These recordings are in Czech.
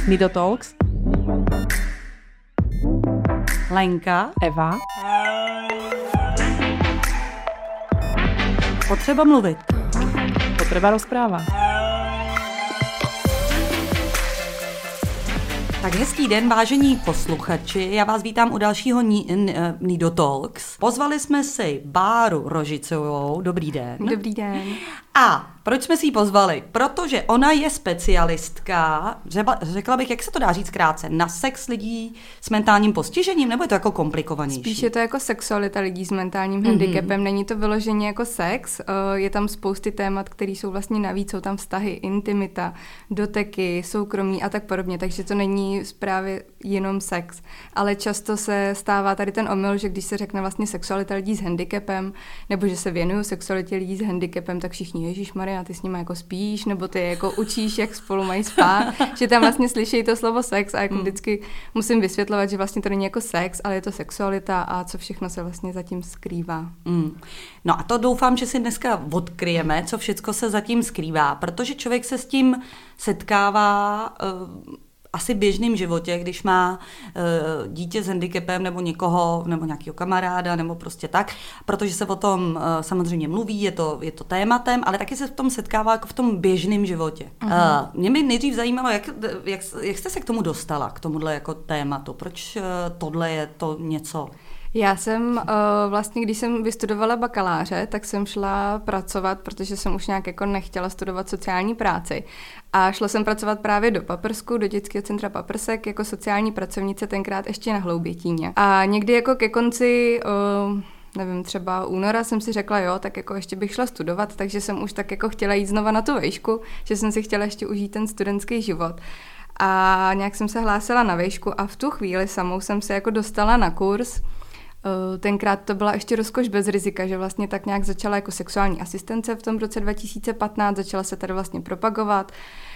Nido Talks. Lenka. Eva. Potřeba mluvit. Potreba rozpráva. Tak hezký den, vážení posluchači. Já vás vítám u dalšího Nido Talks. Pozvali jsme si Báru Rožicovou. Dobrý den. Dobrý den. A proč jsme si ji pozvali? Protože ona je specialistka, řekla bych, jak se to dá říct krátce, na sex lidí s mentálním postižením, nebo je to jako komplikovanější? Spíš je to jako sexualita lidí s mentálním handicapem, není to vyloženě jako sex, je tam spousty témat, které jsou vlastně navíc, jsou tam vztahy, intimita, doteky, soukromí a tak podobně, takže to není právě jenom sex, ale často se stává tady ten omyl, že když se řekne vlastně sexualita lidí s handicapem, nebo že se věnují sexualitě lidí s handicapem, tak všichni Ježišmarja, ty s nimi jako spíš, nebo ty jako učíš, jak spolu mají spát, že tam vlastně slyší to slovo sex a jako vždycky musím vysvětlovat, že vlastně to není jako sex, ale je to sexualita a co všechno se vlastně zatím skrývá. No a to doufám, že si dneska odkryjeme, co všechno se zatím skrývá, protože člověk se s tím setkává asi v běžném životě, když má dítě s handicapem nebo někoho, nebo nějakého kamaráda, nebo prostě tak, protože se o tom samozřejmě mluví, je to tématem, ale taky se v tom setkává jako v tom běžném životě. Mě by nejdřív zajímalo, jak jste se k tomu dostala, k tomuhle jako tématu, proč tohle je to něco? Já jsem vlastně, když jsem vystudovala bakaláře, tak jsem šla pracovat, protože jsem už nějak jako nechtěla studovat sociální práci. A šla jsem pracovat právě do Paprsku, do dětského centra Paprsek, jako sociální pracovnice, tenkrát ještě na Hloubětíně. A někdy jako ke konci nevím, třeba února jsem si řekla, jo, tak jako ještě bych šla studovat, takže jsem už tak jako chtěla jít znova na tu vejšku, že jsem si chtěla ještě užít ten studentský život. A nějak jsem se hlásila na vejšku a v tu chvíli samou jsem se jako dostala na kurz. Tenkrát to byla ještě rozkoš bez rizika, že vlastně tak nějak začala jako sexuální asistence v tom roce 2015, začala se tady vlastně propagovat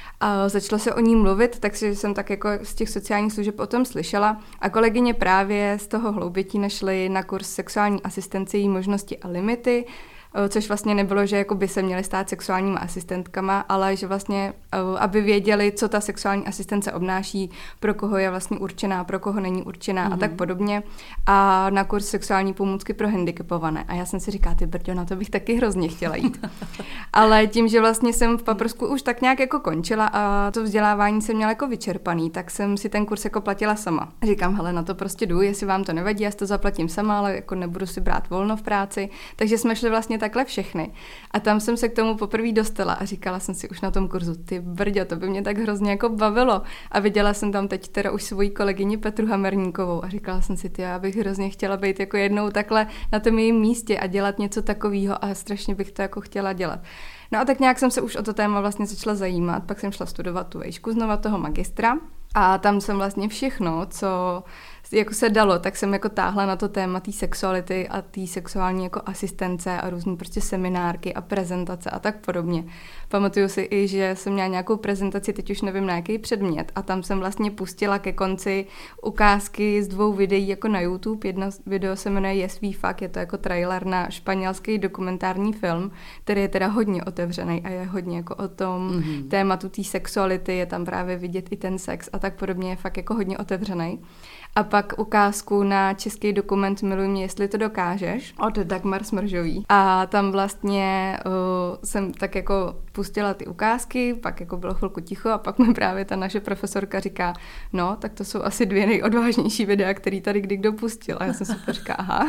a začala se o ní mluvit, takže jsem tak jako z těch sociálních služeb o tom slyšela a kolegyně právě z toho Hloubětína šly na kurz sexuální asistence, její možnosti a limity, což vlastně nebylo, že jako by se měly stát sexuálníma asistentkama, ale že vlastně, aby věděli, co ta sexuální asistence obnáší, pro koho je vlastně určená, pro koho není určená a tak podobně. A na kurz sexuální pomůcky pro handicapované. A já jsem si říkala, ty brďo, na to bych taky hrozně chtěla jít. Ale tím, že vlastně jsem v Paprsku už tak nějak jako končila a to vzdělávání jsem měla jako vyčerpaný, tak jsem si ten kurz jako platila sama. Říkám, hele, na to prostě jdu, jestli vám to nevadí, já si to zaplatím sama, ale jako nebudu si brát volno v práci. Takže jsme šli vlastně takhle všechny. A tam jsem se k tomu poprvé dostala a říkala jsem si už na tom kurzu, ty brďo, to by mě tak hrozně jako bavilo. A viděla jsem tam teď teda už svoji kolegyni Petru Hamerníkovou a říkala jsem si, já bych hrozně chtěla být jako jednou takhle na tom jejím místě a dělat něco takového a strašně bych to jako chtěla dělat. No a tak nějak jsem se už o to téma vlastně začala zajímat, pak jsem šla studovat tu vejšku znova toho magistra a tam jsem vlastně všechno, co jako se dalo, tak jsem jako táhla na to téma té sexuality a té sexuální jako asistence a různý prostě seminárky a prezentace a tak podobně. Pamatuju si i, že jsem měla nějakou prezentaci, teď už nevím na jaký předmět a tam jsem vlastně pustila ke konci ukázky z 2 videí jako na YouTube. Jedno video se jmenuje Yes We Fuck, je to jako trailer na španělský dokumentární film, který je teda hodně otevřený a je hodně jako o tom tématu té sexuality, je tam právě vidět i ten sex a tak podobně, je fakt jako hodně otevřený. A pak ukázku na český dokument Miluj mě, jestli to dokážeš od Dagmar Smržový. A tam vlastně jsem tak jako pustila ty ukázky, pak jako bylo chvilku ticho a pak mi právě ta naše profesorka říká, no, tak to jsou asi 2 nejodvážnější videa, který tady kdo pustil. A já jsem si říká, aha.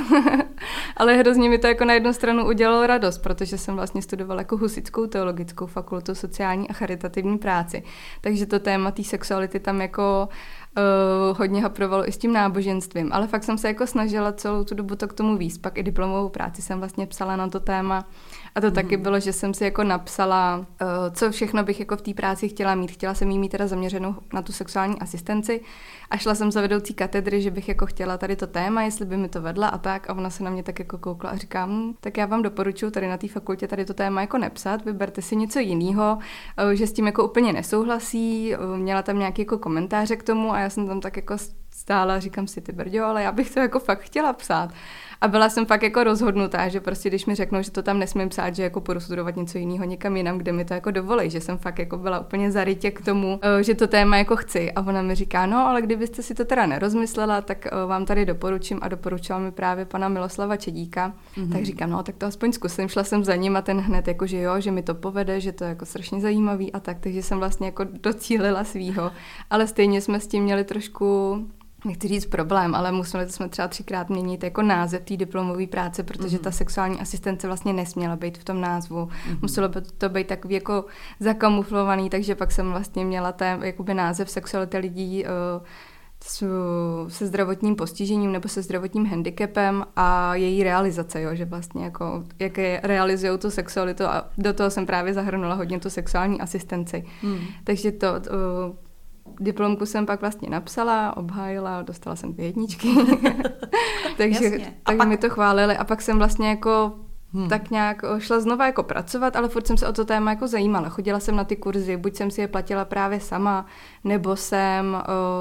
Ale hrozně mi to jako na jednu stranu udělalo radost, protože jsem vlastně studovala jako Husitskou teologickou fakultu sociální a charitativní práci. Takže to téma té sexuality tam jako hodně haprovalo i s tím náboženstvím, ale fakt jsem se jako snažila celou tu dobu to k tomu víc. Pak i diplomovou práci jsem vlastně psala na to téma a to taky bylo, že jsem si jako napsala, co všechno bych jako v té práci chtěla mít. Chtěla jsem jí mít teda zaměřenou na tu sexuální asistenci a šla jsem za vedoucí katedry, že bych jako chtěla tady to téma, jestli by mi to vedla a tak a ona se na mě tak jako koukla a říká, tak já vám doporučuji tady na té fakultě tady to téma jako nepsat, vyberte si něco jiného, že s tím jako úplně nesouhlasí, měla tam nějaký jako komentáře k tomu a já jsem tam tak jako stála a říkám si, ty brďo, ale já bych to jako fakt chtěla psát. A byla jsem fakt jako rozhodnutá, že prostě když mi řeknou, že to tam nesmím psát, že jako půjdu studovat něco jiného někam jinam, kde mi to jako dovolí, že jsem fakt jako byla úplně zarytě k tomu, že to téma jako chci. A ona mi říká, no, ale kdybyste si to teda nerozmyslela, tak vám tady doporučím a doporučila mi právě pana Miloslava Čedíka. Tak říkám, no, tak to aspoň zkusím. Šla jsem za ním a ten hned jako, že jo, že mi to povede, že to je jako strašně zajímavý a tak, takže jsem vlastně jako docílila svýho. Ale stejně jsme s tím měli trošku, nechci říct problém, ale museli jsme třeba 3krát měnit jako název té diplomové práce, protože ta sexuální asistence vlastně nesměla být v tom názvu. Muselo by to být takový jako zakamuflovaný, takže pak jsem vlastně měla jakoby název sexualita lidí se zdravotním postižením nebo se zdravotním handicapem a její realizace, jo, že vlastně jako, jak realizují tu sexualitu a do toho jsem právě zahrnula hodně tu sexuální asistenci. Takže diplomku jsem pak vlastně napsala, obhájila, dostala jsem 2 jedničky. takže pak mi to chválili a pak jsem vlastně jako tak nějak šla znova jako pracovat, ale furt jsem se o to téma jako zajímala. Chodila jsem na ty kurzy, buď jsem si je platila právě sama, nebo jsem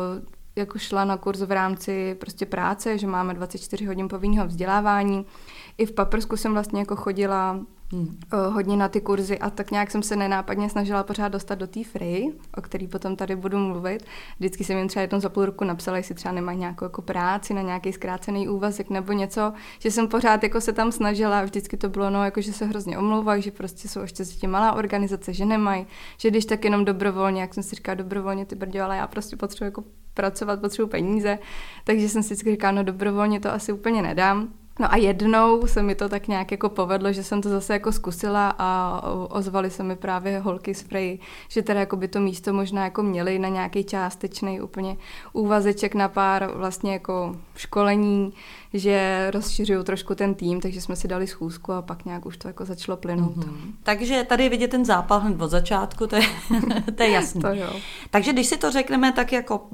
jako šla na kurz v rámci prostě práce, že máme 24 hodin povinného vzdělávání. I v Paprsku jsem vlastně jako chodila hodně na ty kurzy a tak nějak jsem se nenápadně snažila pořád dostat do té Frey, o který potom tady budu mluvit. Vždycky jsem jim třeba jednou za půl roku napsala, jestli třeba nemají nějakou jako práci na nějaký zkrácený úvazek nebo něco, že jsem pořád jako se tam snažila a vždycky to bylo, no, jako že se hrozně omlouvají, že prostě jsou ještě zatím malá organizace, že nemají, že když tak jenom dobrovolně, jak jsem si říkala, dobrovolně ty brďo, ale já prostě potřebuji jako pracovat, potřebuji peníze, takže jsem si vždycky říkala, no dobrovolně to asi úplně nedám. No a jednou se mi to tak nějak jako povedlo, že jsem to zase jako zkusila a ozvali se mi právě holky z Frey, že teda jako by to místo možná jako měli na nějaký částečný úplně úvazeček na pár vlastně jako školení, že rozšiřují trošku ten tým, takže jsme si dali schůzku a pak nějak už to jako začalo plynout. Takže tady je vidět ten zápal hned od začátku, to je jasný. To jo. Takže když si to řekneme tak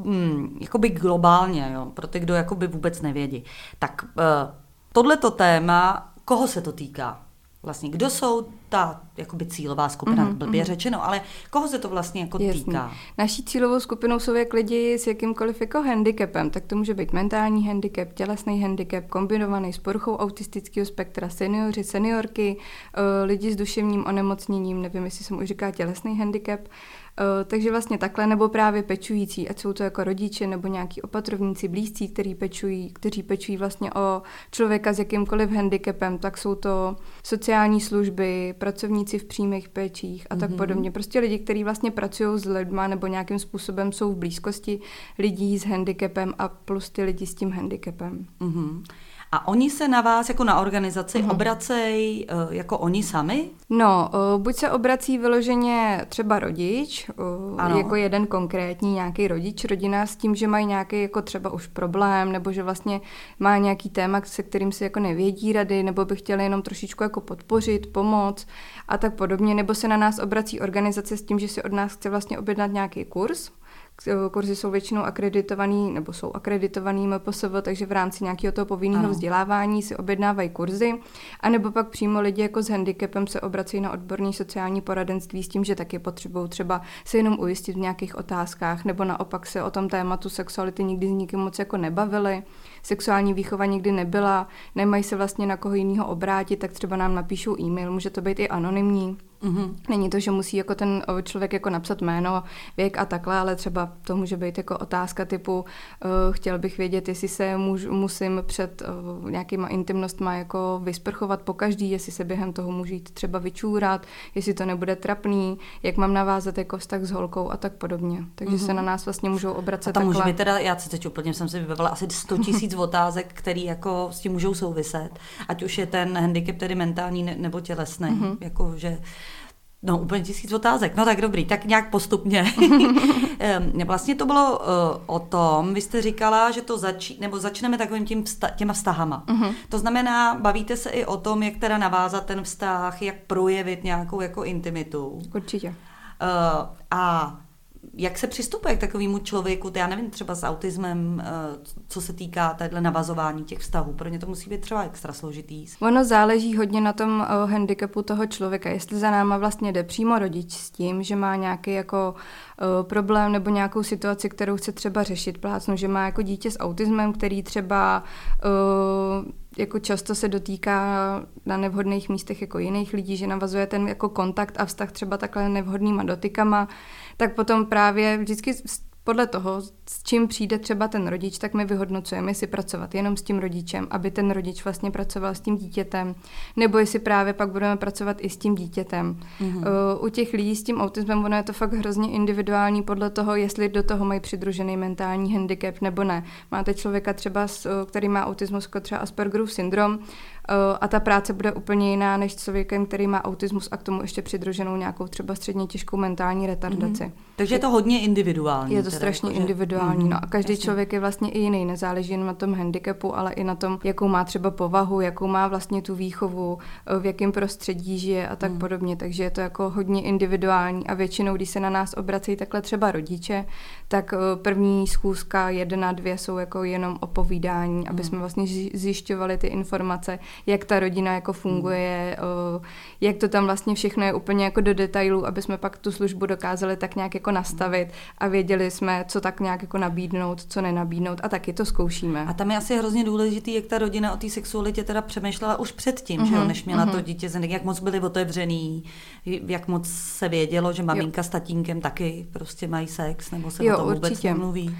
jakoby globálně, jo, pro ty, kdo jakoby vůbec nevědí, tak tohleto téma, koho se to týká? Vlastně, kdo jsou ta jakoby cílová skupina, blbě řečeno, ale koho se to vlastně jako týká? Naší cílovou skupinou jsou jak lidi s jakýmkoliv jako handicapem, tak to může být mentální handicap, tělesný handicap, kombinovaný s poruchou autistického spektra, seniori, seniorky, lidi s duševním onemocněním, nevím, jestli jsem už říká tělesný handicap, takže vlastně takhle, nebo právě pečující, ať jsou to jako rodiče nebo nějaký opatrovníci, blízcí, kteří pečují vlastně o člověka s jakýmkoliv handicapem, tak jsou to sociální služby, pracovníci v přímých péčích a tak podobně. Prostě lidi, kteří vlastně pracují s lidma nebo nějakým způsobem jsou v blízkosti lidí s handicapem a plus ty lidi s tím handicapem. A oni se na vás jako na organizaci obracejí jako oni sami? No, buď se obrací vyloženě třeba rodič, jako jeden konkrétní nějaký rodič, rodina s tím, že mají nějaký jako třeba už problém, nebo že vlastně má nějaký téma, se kterým si jako nevědí rady, nebo by chtěli jenom trošičku jako podpořit, pomoct a tak podobně, nebo se na nás obrací organizace s tím, že si od nás chce vlastně objednat nějaký kurz. Kurzy jsou většinou akreditovaný, nebo jsou akreditovaný MPSV, takže v rámci nějakého toho povinného vzdělávání si objednávají kurzy, anebo pak přímo lidi jako s handicapem se obrací na odborné sociální poradenství s tím, že taky potřebují třeba se jenom ujistit v nějakých otázkách, nebo naopak se o tom tématu sexuality nikdy s nikým moc jako nebavili, sexuální výchova nikdy nebyla, nemají se vlastně na koho jiného obrátit, tak třeba nám napíšou e-mail, může to být i anonymní. Není to, že musí jako ten člověk jako napsat jméno, věk a takhle, ale třeba to může být jako otázka typu chtěl bych vědět, jestli se musím před nějakýma intimnostma jako vysprchovat pokaždý, jestli se během toho můžu jít třeba vyčůrat, jestli to nebude trapný, jak mám navázat jako vztah s holkou a tak podobně. Takže se na nás vlastně můžou obracet takhle. Může být teda, já se teď úplně jsem si vybavila asi 100 000 otázek, který jako s tím můžou souviset, ať už je ten handicap tedy mentální nebo tělesný, jakože no úplně 1000 otázek, no tak dobrý, tak nějak postupně. Vlastně to bylo o tom, vy jste říkala, že to začneme takovým těma vztahama. To znamená, bavíte se i o tom, jak teda navázat ten vztah, jak projevit nějakou jako intimitu. Určitě. A jak se přistupuje k takovému člověku, já nevím, třeba s autismem, co se týká téhle navazování těch vztahů. Pro ně to musí být třeba extra složitý. Ono záleží hodně na tom handicapu toho člověka. Jestli za náma vlastně jde přímo rodič s tím, že má nějaký jako problém nebo nějakou situaci, kterou chce třeba řešit, plácnu, že má jako dítě s autismem, který třeba jako často se dotýká na nevhodných místech jako jiných lidí, že navazuje ten jako kontakt a vztah třeba takhle nevhodnýma dotykama, tak potom právě vždycky podle toho, s čím přijde třeba ten rodič, tak my vyhodnocujeme, jestli pracovat jenom s tím rodičem, aby ten rodič vlastně pracoval s tím dítětem, nebo jestli právě pak budeme pracovat i s tím dítětem. U těch lidí s tím autismem ono je to fakt hrozně individuální podle toho, jestli do toho mají přidružený mentální handicap nebo ne. Máte člověka třeba, který má autismus, jako třeba Aspergerův syndrom, a ta práce bude úplně jiná než člověkem, který má autismus a k tomu ještě přidruženou nějakou třeba středně těžkou mentální retardaci. Takže je to hodně individuální. Je to strašně individuální. No a každý člověk je vlastně i jiný, nezáleží jen na tom handicapu, ale i na tom, jakou má třeba povahu, jakou má vlastně tu výchovu, v jakém prostředí žije a tak podobně. Takže je to jako hodně individuální a většinou, když se na nás obracejí takhle třeba rodiče, tak první schůzka 1, 2 jsou jako jenom o povídání, aby jsme vlastně zjišťovali ty informace, jak ta rodina jako funguje, jak to tam vlastně všechno je úplně jako do detailů, aby jsme pak tu službu dokázali tak nějak jako nastavit a věděli jsme, co tak nějak jako nabídnout, co nenabídnout a taky to zkoušíme. A tam je asi hrozně důležitý, jak ta rodina o té sexualitě teda přemýšlela už předtím, že jo, než měla to dítě, jak moc byli otevřený, jak moc se vědělo, že maminka s tatínkem taky prostě mají sex, nebo se o tom vůbec nemluví.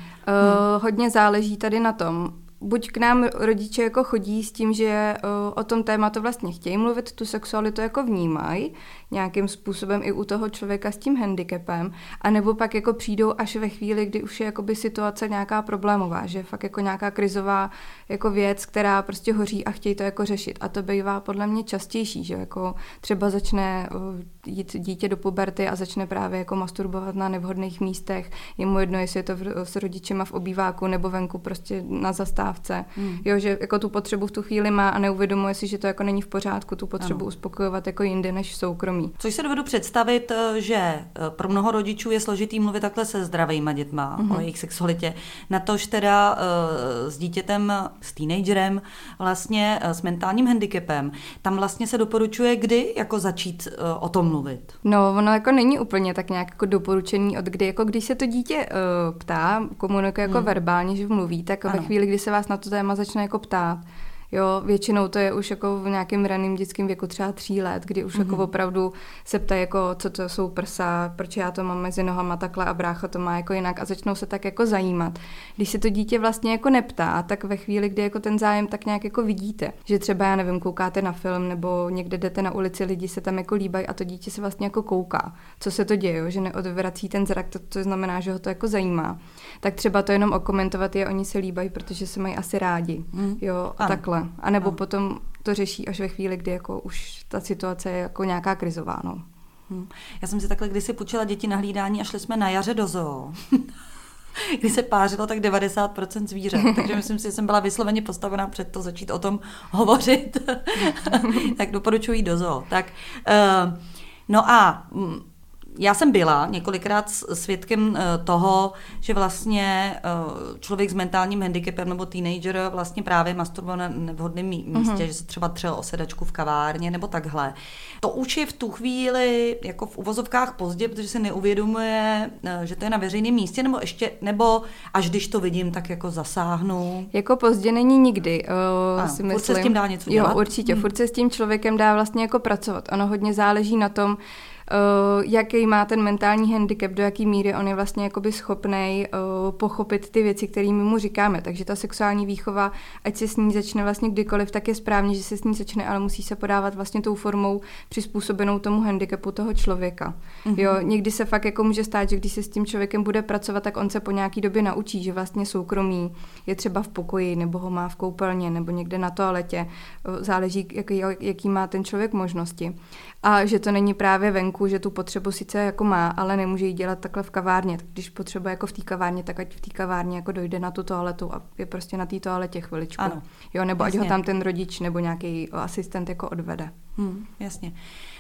Hodně záleží tady na tom, buď k nám rodiče jako chodí s tím, že o tom tématu vlastně chtějí mluvit, tu sexualitu jako vnímají nějakým způsobem i u toho člověka s tím handicapem, anebo pak jako přijdou až ve chvíli, kdy už je jakoby situace nějaká problémová, že fakt jako nějaká krizová jako věc, která prostě hoří a chtějí to jako řešit. A to bývá podle mě častější, že jako třeba začne jít dítě do puberty a začne právě jako masturbovat na nevhodných místech. Je mu jedno, jestli je to s rodičema v obýváku nebo venku prostě na zastávce. Jo, že jako tu potřebu v tu chvíli má a neuvědomuje si, že to jako není v pořádku, tu potřebu uspokojovat jako jinde než v soukromí. Což se dovedu představit, že pro mnoho rodičů je složitý mluvit takhle se zdravýma dětma o jejich sexualitě. Natož teda s dítětem, s teenagerem, vlastně s mentálním handicapem. Tam vlastně se doporučuje, kdy jako začít o tom mluvit. No, ono jako není úplně tak nějak jako doporučený od kdy. Jako když se to dítě ptá, komunikuje jako verbálně, že mluví, tak ve chvíli, kdy se vás na to téma začne jako ptát. Jo, většinou to je už jako v nějakém raném dětském věku, třeba 3 let, kdy už jako opravdu se ptají, jako, co to jsou prsa, proč já to mám mezi nohama takhle a brácha to má jako jinak a začnou se tak jako zajímat. Když se to dítě vlastně jako neptá, tak ve chvíli, kdy jako ten zájem tak nějak jako vidíte, že třeba, já nevím, koukáte na film nebo někde jdete na ulici, lidi se tam jako líbají a to dítě se vlastně jako kouká, co se to děje, jo? Že neodvrací ten zrak, to znamená, že ho to jako zajímá. Tak třeba to jenom okomentovat je, oni se líbají, protože se mají asi rádi, jo, a takhle. A nebo potom to řeší až ve chvíli, kdy jako už ta situace je jako nějaká krizová, no. Já jsem si takhle kdysi půjčila děti na hlídání a šli jsme na jaře do zoo. Kdy se pářilo tak 90% zvířat, takže myslím si, že jsem byla vysloveně postavená před to začít o tom hovořit. Tak doporučuji do zoo. Tak, no a já jsem byla několikrát svědkem toho, že vlastně člověk s mentálním handicapem nebo teenager vlastně právě masturboval na nevhodném místě, že se třeba třel o sedačku v kavárně nebo takhle. To už je v tu chvíli jako v uvozovkách pozdě, protože se neuvědomuje, že to je na veřejném místě, nebo až když to vidím, tak jako zasáhnu. Jako pozdě není nikdy, si myslím. Furt se s tím dá něco dělat? Jo, určitě. Furt se s tím člověkem dá vlastně jako pracovat. Ono hodně záleží na tom, jaký má ten mentální handicap, do jaký míry on je vlastně jakoby schopnej pochopit ty věci, kterými mu říkáme. Takže ta sexuální výchova, ať se s ní začne vlastně kdykoliv, tak je správně, že se s ní začne, ale musí se podávat vlastně tou formou přizpůsobenou tomu handicapu toho člověka. Jo, někdy se fakt jako může stát, že když se s tím člověkem bude pracovat, tak on se po nějaký době naučí, že vlastně soukromí je třeba v pokoji, nebo ho má v koupelně, nebo někde na toaletě. Záleží, jaký má ten člověk možnosti. A že to není právě venku, že tu potřebu sice jako má, ale nemůže jí dělat takhle v kavárně. Když potřebuje jako v té kavárně, tak ať v té kavárně jako dojde na tu toaletu a je prostě na té toaletě chviličku. Ano. Jo, nebo jasně. Ať ho tam ten rodič nebo nějaký asistent jako odvede. Jasně.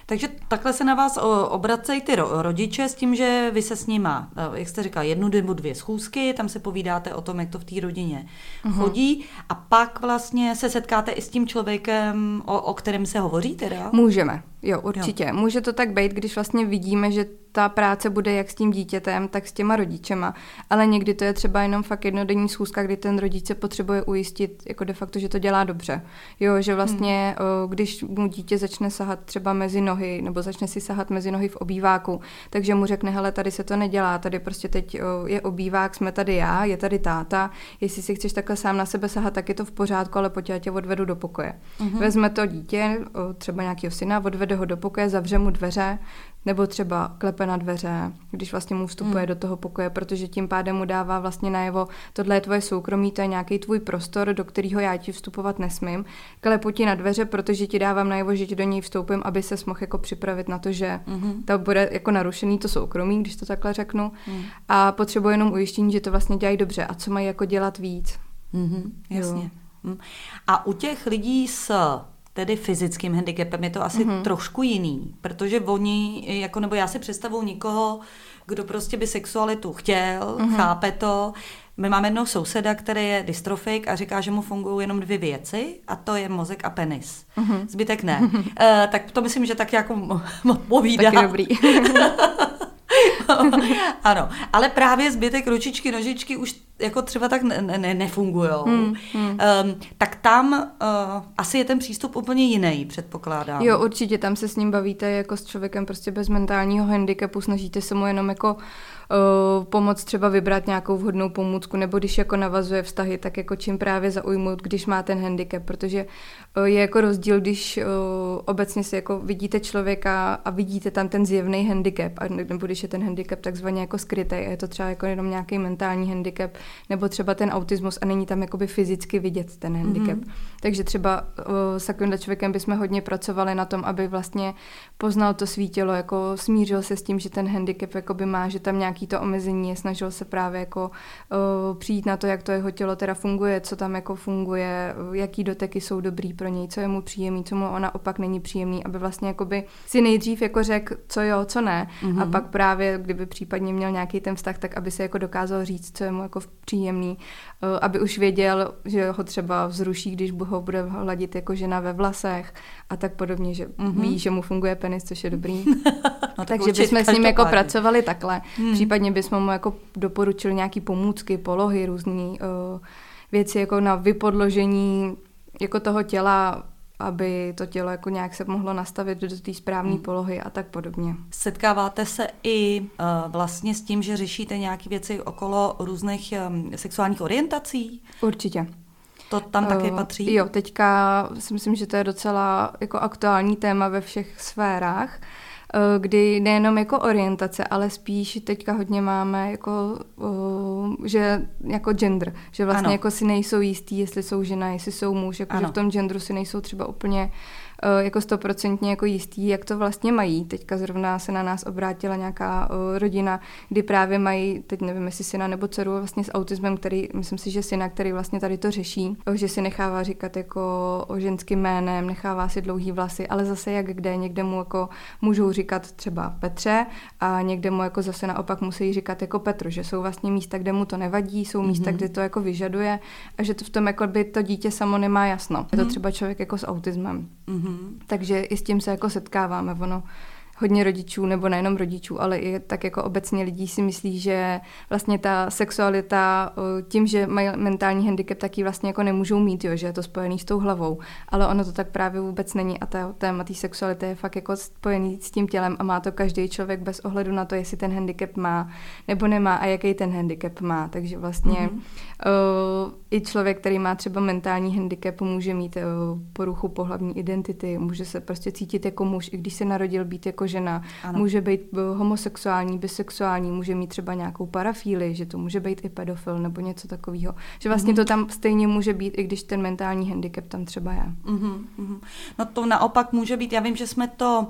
Takže takhle se na vás obracejí ty rodiče s tím, že vy se s nima, jak jste říkala, 1 nebo 2 schůzky, tam se povídáte o tom, jak to v té rodině chodí a pak vlastně se setkáte i s tím člověkem, o kterém se hovoří teda? Můžeme, jo, určitě. Jo. Může to tak být, když vlastně vidíme, že ta práce bude jak s tím dítětem, tak s těma rodičema, ale někdy to je třeba jenom fakt jednodenní schůzka, kdy ten rodič se potřebuje ujistit jako de facto, že to dělá dobře. Jo, že vlastně, když mu dítě začne sahat třeba mezi nohy, nebo začne si sahat mezi nohy v obýváku, takže mu řekne, hele, tady se to nedělá, tady prostě teď je obývák, jsme tady já, je tady táta, jestli si chceš takhle sám na sebe sahat, tak je to v pořádku, ale pojď, já tě odvedu do pokoje. Vezme to dítě, třeba nějakého syna, odvede ho do pokoje, zavře mu dveře, nebo třeba klepe na dveře, když vlastně mu vstupuje do toho pokoje, protože tím pádem mu dává vlastně najevo, tohle je tvoje soukromí, to je nějaký tvůj prostor, do kterého já ti vstupovat nesmím. Klepu ti na dveře, protože ti dávám najevo, že ti do něj vstoupím, aby ses mohl jako připravit na to, že to bude jako narušený to soukromí, když to takhle řeknu. A potřebuje jenom ujištění, že to vlastně dělají dobře a co mají jako dělat víc. Jasně. A u těch lidí s tedy fyzickým handicapem je to asi trošku jiný, protože oni, jako, nebo já si představuji někoho, kdo prostě by sexualitu chtěl, chápe to. My máme jednou souseda, který je dystrofik a říká, že mu fungují jenom 2 věci a to je mozek a penis. Zbytek ne. Tak to myslím, že tak jako povídá. Taky dobrý. Ano, ale právě zbytek ručičky, nožičky už jako třeba tak nefungujou. Tak tam asi je ten přístup úplně jiný, předpokládám. Jo, určitě, tam se s ním bavíte jako s člověkem prostě bez mentálního handicapu, snažíte se mu jenom jako pomoct třeba vybrat nějakou vhodnou pomůcku, nebo když jako navazuje vztahy, tak jako čím právě zaujmout, když má ten handicap, protože je jako rozdíl, když obecně si jako vidíte člověka a vidíte tam ten zjevný handicap, nebo když je ten handicap takzvaně jako skrytý a je to třeba jako jenom nějaký mentální handicap, nebo třeba ten autismus a není tam jakoby fyzicky vidět ten handicap. Takže třeba s takovýmhle člověkem bychom hodně pracovali na tom, aby vlastně poznal to svý tělo, jako smířil se s tím, že ten handicap jakoby má, že tam nějaký to omezení je, snažil se právě jako přijít na to, jak to jeho tělo teda funguje, co tam jako funguje, jaký doteky jsou dobrý pro něj, co je mu příjemný, co mu naopak není příjemný, aby vlastně jakoby si nejdřív jako řekl, co jo, co ne, a pak právě, kdyby případně měl nějaký ten vztah, tak aby se jako dokázal říct, co je mu jako příjemný, aby už věděl, že ho třeba vzruší, když ho bude hladit jako žena ve vlasech a tak podobně, že ví, že mu funguje penis, což je dobrý. No, takže bychom s ním jako pracovali takhle. Případně bychom mu jako doporučili nějaký pomůcky, polohy, různé věci jako na vypodložení jako toho těla, aby to tělo jako nějak se mohlo nastavit do té správné polohy a tak podobně. Setkáváte se i vlastně s tím, že řešíte nějaké věci okolo různých sexuálních orientací? Určitě. To tam také patří? Jo, teďka si myslím, že to je docela jako aktuální téma ve všech sférách, kdy nejenom jako orientace, ale spíš teďka hodně máme jako, že jako gender, že vlastně jako si nejsou jistý, jestli jsou žena, jestli jsou muž, jako že v tom genderu si nejsou třeba úplně jako 100% jako jistý, jak to vlastně mají. Teďka zrovna se na nás obrátila nějaká rodina, kdy právě mají, teď nevím, jestli syna nebo dceru vlastně s autismem, který, myslím si, že syna, který vlastně tady to řeší, že si nechává říkat jako o ženským jménem, nechává si dlouhý vlasy, ale zase jak kde, někde mu jako můžou říkat třeba Petře a někde mu jako zase naopak musí říkat jako Petru, že jsou vlastně místa, kde mu to nevadí, jsou místa, kde to jako vyžaduje a že to v tom jako by to dítě samo nemá jasno. Je to třeba člověk jako s autismem. Takže i s tím se jako setkáváme. Ono hodně rodičů, nebo nejenom rodičů, ale i tak jako obecně lidí si myslí, že vlastně ta sexualita tím, že mají mentální handicap, tak ji vlastně jako nemůžou mít, jo, že je to spojený s tou hlavou. Ale ono to tak právě vůbec není a téma té sexuality je fakt jako spojený s tím tělem a má to každý člověk bez ohledu na to, jestli ten handicap má nebo nemá a jaký ten handicap má. Takže vlastně i člověk, který má třeba mentální handicap, může mít poruchu pohlavní identity, může se prostě cítit jako muž, i když se narodil být jako žena, může být homosexuální, bisexuální, může mít třeba nějakou parafílii, že to může být i pedofil nebo něco takového. Že vlastně to tam stejně může být, i když ten mentální handicap tam třeba je. No to naopak může být, já vím, že jsme to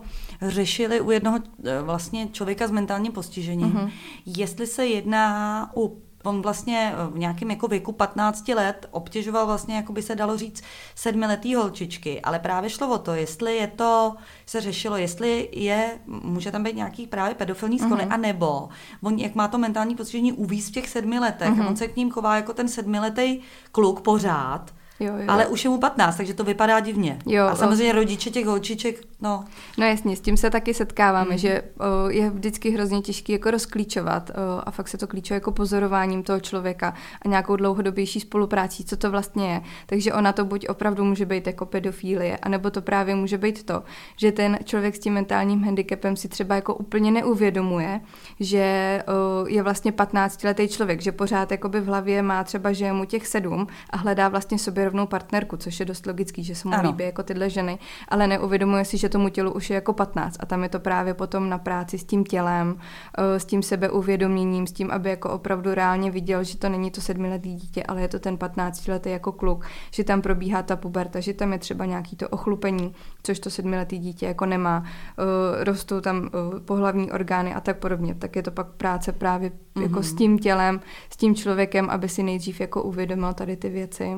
řešili u jednoho vlastně člověka s mentálním postižením. Jestli se jedná u On vlastně v nějakém jako věku 15 let obtěžoval vlastně, jako by se dalo říct, 7letý holčičky, ale právě šlo o to, jestli je to, se řešilo, jestli může tam být nějaký právě pedofilní sklony, anebo on, jak má to mentální postižení, uvíz v těch 7 letech, on se k ním chová jako ten 7letý kluk pořád, Jo. Ale už je mu 15, takže to vypadá divně. Jo, a samozřejmě rodiče těch holčiček, No jasně, s tím se taky setkáváme, že je vždycky hrozně těžké jako rozklíčovat a fakt se to klíčuje jako pozorováním toho člověka a nějakou dlouhodobější spoluprácí, co to vlastně je. Takže ona to buď opravdu může být jako pedofilie, anebo to právě může být to, že ten člověk s tím mentálním handicapem si třeba jako úplně neuvědomuje, že je vlastně 15letý člověk, že pořád jakoby v hlavě má třeba, že je mu těch 7 a hledá vlastně sobě rovnou partnerku, což je dost logický, že se mu líbí jako tyhle ženy, ale neuvědomuje si, že tomu tělu už je jako 15 a tam je to právě potom na práci s tím tělem, s tím sebeuvědoměním, s tím, aby jako opravdu reálně viděl, že to není to 7letý dítě, ale je to ten 15letý jako kluk, že tam probíhá ta puberta, že tam je třeba nějaký to ochlupení, což to 7letý dítě jako nemá, rostou tam pohlavní orgány a tak podobně. Tak je to pak práce právě jako s tím tělem, s tím člověkem, aby si nejdřív jako uvědomil tady ty věci,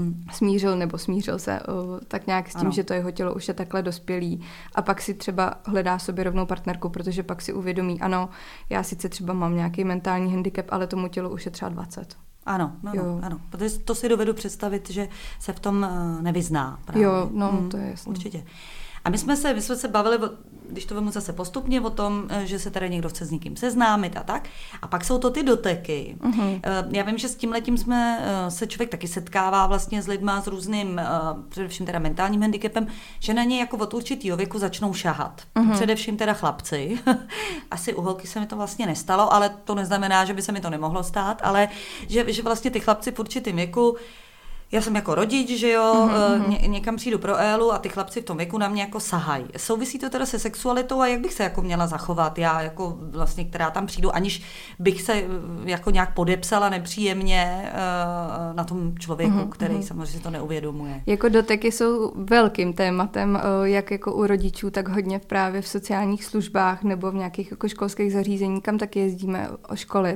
smířil se tak nějak s tím, že to jeho tělo už je takhle dospělý a pak si třeba hledá sobě rovnou partnerku, protože pak si uvědomí, ano, já sice třeba mám nějaký mentální handicap, ale tomu tělu už je třeba 20. Ano, protože to si dovedu představit, že se v tom nevyzná. Právě. Jo, to je jasné. Určitě. A my jsme se bavili, když to vemu zase postupně, o tom, že se tady někdo chce s někým seznámit a tak. A pak jsou to ty doteky. Já vím, že s tímhletím se člověk taky setkává vlastně s lidma s různým, především teda mentálním handicapem, že na ně jako od určitýho věku začnou šahat. Především teda chlapci. Asi u holky se mi to vlastně nestalo, ale to neznamená, že by se mi to nemohlo stát, ale že vlastně ty chlapci v určitým věku, já jsem jako rodič, že jo, někam přijdu pro Élu a ty chlapci v tom věku na mě jako sahají. Souvisí to teda se sexualitou a jak bych se jako měla zachovat já, jako vlastně, která tam přijdu, aniž bych se jako nějak podepsala nepříjemně na tom člověku, který samozřejmě to neuvědomuje. Jako doteky jsou velkým tématem, jak jako u rodičů, tak hodně právě v sociálních službách nebo v nějakých jako školských zařízení, kam taky jezdíme oškolit.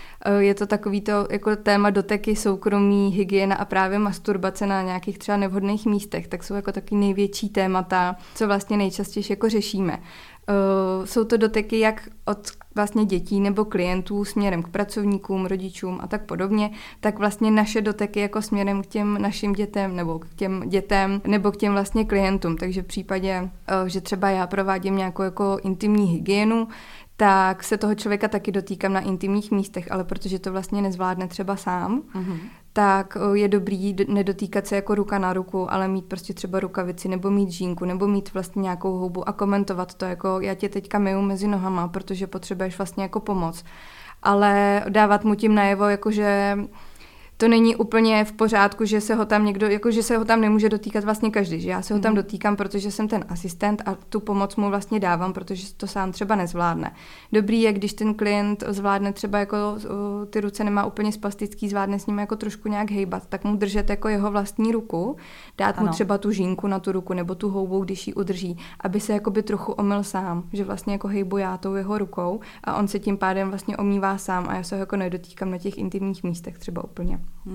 Je to takový to jako téma doteky, soukromí, hygiena a právě masturbace na nějakých třeba nevhodných místech, tak jsou jako taky největší témata, co vlastně nejčastěji jako řešíme. Jsou to doteky jak od vlastně dětí nebo klientů směrem k pracovníkům, rodičům a tak podobně, tak vlastně naše doteky jako směrem k těm našim dětem nebo k těm dětem nebo k těm vlastně klientům. Takže v případě, že třeba já provádím nějakou jako intimní hygienu, tak se toho člověka taky dotýkám na intimních místech, ale protože to vlastně nezvládne třeba sám, tak je dobrý nedotýkat se jako ruka na ruku, ale mít prostě třeba rukavici, nebo mít žínku, nebo mít vlastně nějakou houbu a komentovat to, jako já tě teďka myju mezi nohama, protože potřebuješ vlastně jako pomoc. Ale dávat mu tím najevo, jakože to není úplně v pořádku, že se ho tam někdo, jakože se ho tam nemůže dotýkat vlastně každý, že já se ho tam dotýkám, protože jsem ten asistent a tu pomoc mu vlastně dávám, protože to sám třeba nezvládne. Dobrý je, když ten klient zvládne třeba jako ty ruce nemá úplně spastický, zvládne s ním jako trošku nějak hejbat, tak mu držet jako jeho vlastní ruku, dát mu třeba tu žínku na tu ruku nebo tu houbu, když ji udrží, aby se jakoby trochu omyl sám, že vlastně jako hejbu já tou jeho rukou a on se tím pádem vlastně omývá sám a já se ho jako nedotýkám na těch intimních místech třeba úplně.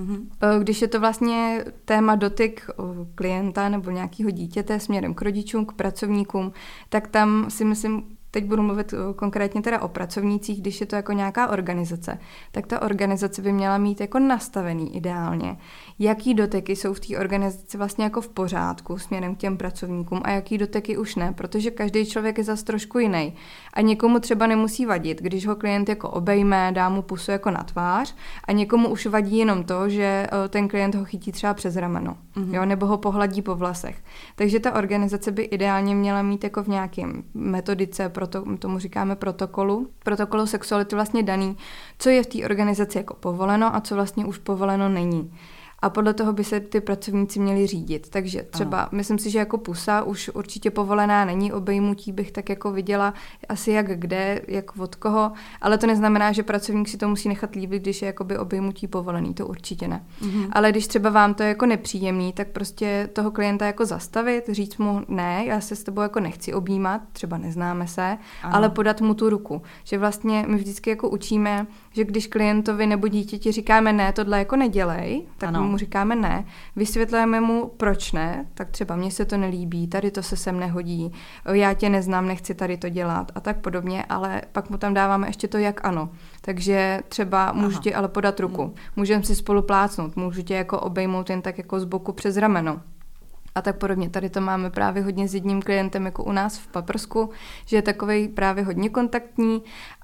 Když je to vlastně téma dotyk klienta nebo nějakého dítěte směrem k rodičům, k pracovníkům, tak tam si myslím, teď budu mluvit konkrétně teda o pracovnících, když je to jako nějaká organizace, tak ta organizace by měla mít jako nastavený ideálně, jaký doteky jsou v té organizaci vlastně jako v pořádku směrem k těm pracovníkům a jaký doteky už ne, protože každý člověk je zas trošku jiný a někomu třeba nemusí vadit, když ho klient jako obejme, dá mu pusu jako na tvář a někomu už vadí jenom to, že ten klient ho chytí třeba přes rameno, jo, nebo ho pohladí po vlasech. Takže ta organizace by ideálně měla mít jako v nějakém metodice, tomu říkáme protokolu sexuality vlastně daný, co je v té organizaci jako povoleno a co vlastně už povoleno není. A podle toho by se ty pracovníci měli řídit. Takže třeba, myslím si, že jako pusa už určitě povolená není, obejmutí bych tak jako viděla asi jak kde, jak od koho, ale to neznamená, že pracovník si to musí nechat líbit, když je jakoby obejmutí povolený, to určitě ne. Ale když třeba vám to je jako nepříjemný, tak prostě toho klienta jako zastavit, říct mu ne, já se s tebou jako nechci objímat, třeba neznáme se, ale podat mu tu ruku. Že vlastně my vždycky jako učíme, že když klientovi nebo dítěti říkáme ne, tohle jako nedělej, tak mu říkáme ne, vysvětlujeme mu, proč ne, tak třeba mně se to nelíbí, tady to se sem nehodí, já tě neznám, nechci tady to dělat a tak podobně, ale pak mu tam dáváme ještě to jak ano. Takže třeba můžu ti ale podat ruku, můžeme si spolu plácnout, můžu tě jako obejmout jen tak jako z boku přes rameno. A tak podobně. Tady to máme právě hodně s jedním klientem jako u nás v Paprsku, že je takovej právě hodně kontaktní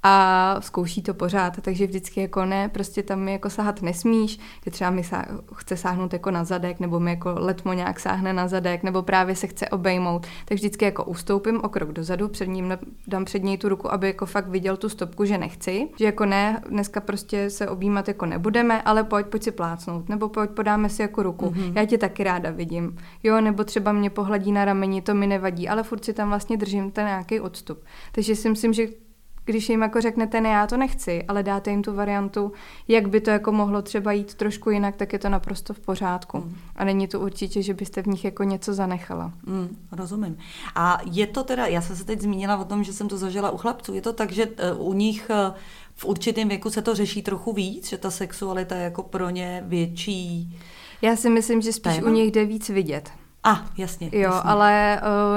a zkouší to pořád, takže vždycky jako ne, prostě tam mi jako sahat nesmíš, že třeba mi chce sáhnout jako na zadek, nebo mi jako letmo nějak sáhne na zadek, nebo právě se chce obejmout, tak vždycky jako ustoupím o krok dozadu, dám před něj tu ruku, aby jako fakt viděl tu stopku, že nechci, že jako ne, dneska prostě se objímat jako nebudeme, ale pojď si plácnout, nebo podáme si jako ruku, já tě taky ráda vidím, jo, nebo třeba mě pohladí na rameni, to mi nevadí, ale furt si tam vlastně držím ten nějaký odstup. Takže si myslím, že když jim jako řeknete ne, já to nechci, ale dáte jim tu variantu, jak by to jako mohlo třeba jít trošku jinak, tak je to naprosto v pořádku. A není to určitě, že byste v nich jako něco zanechala. Rozumím. A je to teda, já jsem se teď zmínila o tom, že jsem to zažila u chlapců, je to tak, že u nich v určitém věku se to řeší trochu víc, že ta sexualita je jako pro ně větší? Já si myslím, že spíš u nich jde víc vidět. Jasně. Jo, jasně. Ale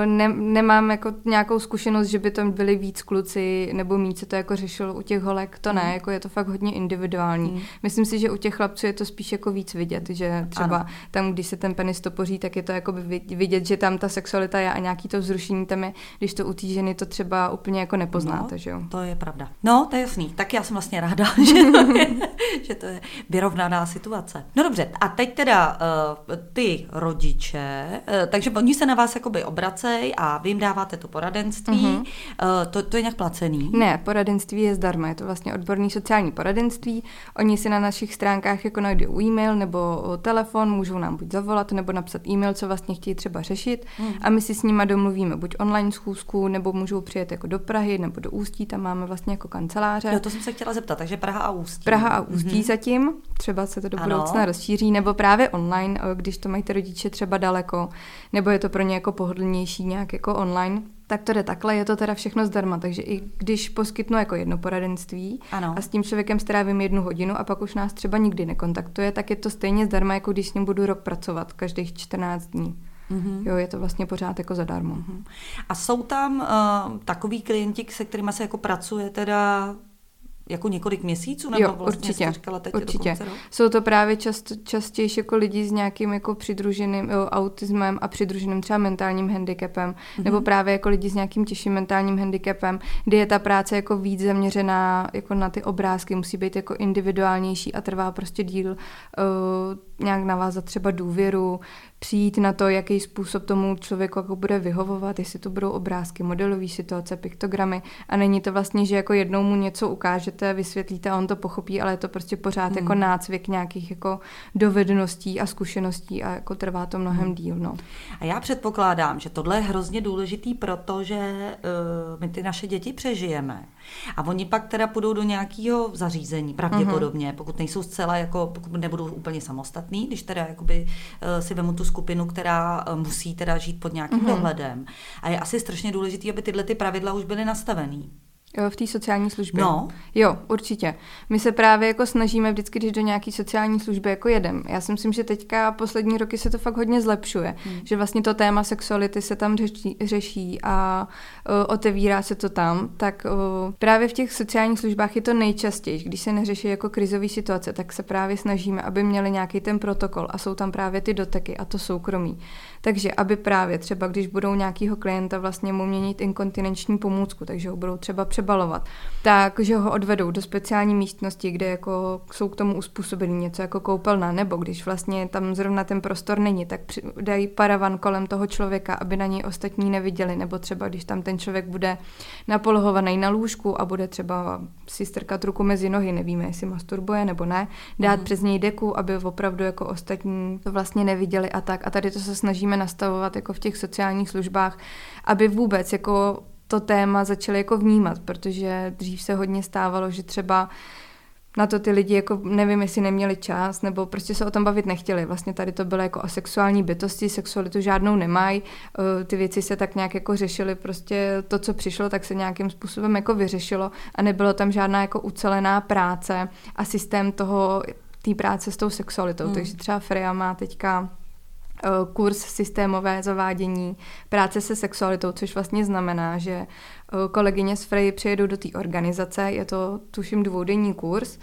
nemám jako nějakou zkušenost, že by tam byli víc kluci, nebo míň se to jako řešilo u těch holek, to ne, jako je to fakt hodně individuální. Myslím si, že u těch chlapců je to spíš jako víc vidět, že třeba tam, když se ten penis topoří, tak je to jako vidět, že tam ta sexualita je a nějaký to vzrušení tam je, když to u té ženy to třeba úplně jako nepoznáte, že jo. To je pravda. No, to je jasný. Tak já jsem vlastně ráda, že to je vyrovnaná situace. No dobře, a teď teda ty rodiče, takže oni se na vás jakoby obracej a vy jim dáváte to poradenství. To je nějak placený? Ne, poradenství je zdarma, je to vlastně odborný sociální poradenství. Oni si na našich stránkách jako najdou e-mail nebo telefon, můžou nám buď zavolat nebo napsat e-mail, co vlastně chtějí třeba řešit a my si s nima domluvíme buď online schůzku, nebo můžou přijet jako do Prahy nebo do Ústí, tam máme vlastně jako kanceláře. Jo, to jsem se chtěla zeptat, takže Praha a Ústí. Praha a Ústí zatím, třeba se to do budoucna rozšíří, nebo právě online, když to mají ty rodiče třeba daleko, nebo je to pro ně jako pohodlnější nějak jako online, tak to jde takhle, je to teda všechno zdarma, takže i když poskytnu jako jedno poradenství a s tím člověkem strávím 1 hodinu a pak už nás třeba nikdy nekontaktuje, tak je to stejně zdarma, jako když s ním budu rok pracovat, každých 14 dní. Jo, je to vlastně pořád jako zadarmo. A jsou tam takový klienti, se kterými se jako pracuje teda jako několik měsíců? Nebo jo, vlastně určitě. Jsou to právě častěji jako lidi s nějakým jako přidruženým autismem a přidruženým třeba mentálním handicapem, nebo právě jako lidi s nějakým těžším mentálním handicapem, kdy je ta práce jako víc zaměřená jako na ty obrázky, musí být jako individuálnější a trvá prostě díl nějak navázat třeba důvěru, přijít na to, jaký způsob tomu člověku jako bude vyhovovat, jestli to budou obrázky, modelové situace, piktogramy a není to vlastně, že jako jednou mu něco ukážete, vysvětlíte a on to pochopí, ale je to prostě pořád jako nácvik nějakých jako dovedností a zkušeností a jako trvá to mnohem díl. No. A já předpokládám, že tohle je hrozně důležitý, protože my ty naše děti přežijeme a oni pak teda půjdou do nějakého zařízení, pravděpodobně, pokud nejsou zcela jako, pokud nebudou úplně samostatný, když teda jakoby si vemu tu skupinu, která musí teda žít pod nějakým dohledem. A je asi strašně důležité, aby tyhle ty pravidla už byly nastavený. Jo, v té sociální službě. No. Jo, určitě. My se právě jako snažíme vždycky, když do nějaký sociální služby jako jedem. Já si myslím, že teďka poslední roky se to fakt hodně zlepšuje. Že vlastně to téma sexuality se tam řeší a otevírá se to tam. Tak právě v těch sociálních službách je to nejčastěji. Když se neřeší jako krizové situace, tak se právě snažíme, aby měli nějaký ten protokol a jsou tam právě ty doteky a to soukromí. Takže aby právě třeba, když budou nějakýho klienta vlastně mu měnit inkontinenční pomůcku, takže ho budou třeba přebalovat, takže ho odvedou do speciální místnosti, kde jako jsou k tomu uspůsobení něco jako koupelna, nebo když vlastně tam zrovna ten prostor není, tak dají paravan kolem toho člověka, aby na něj ostatní neviděli, nebo třeba když tam ten člověk bude napolohovaný na lůžku a bude třeba si strkat ruku mezi nohy, nevíme, jestli masturbuje nebo ne, dát přes něj deku, aby opravdu jako ostatní to vlastně neviděli a tak. A tady to se snažíme nastavovat jako v těch sociálních službách, aby vůbec jako to téma začali jako vnímat, protože dřív se hodně stávalo, že třeba na to ty lidi jako nevím, jestli neměli čas, nebo prostě se o tom bavit nechtěli. Vlastně tady to bylo jako asexuální bytosti, sexualitu žádnou nemají, ty věci se tak nějak jako řešily, prostě to, co přišlo, tak se nějakým způsobem jako vyřešilo a nebylo tam žádná jako ucelená práce a systém té práce s tou sexualitou. Takže třeba Freja má teďka kurz systémové zavádění práce se sexualitou, což vlastně znamená, že kolegyně z Freji přijedou do té organizace, je to tuším 2denní kurz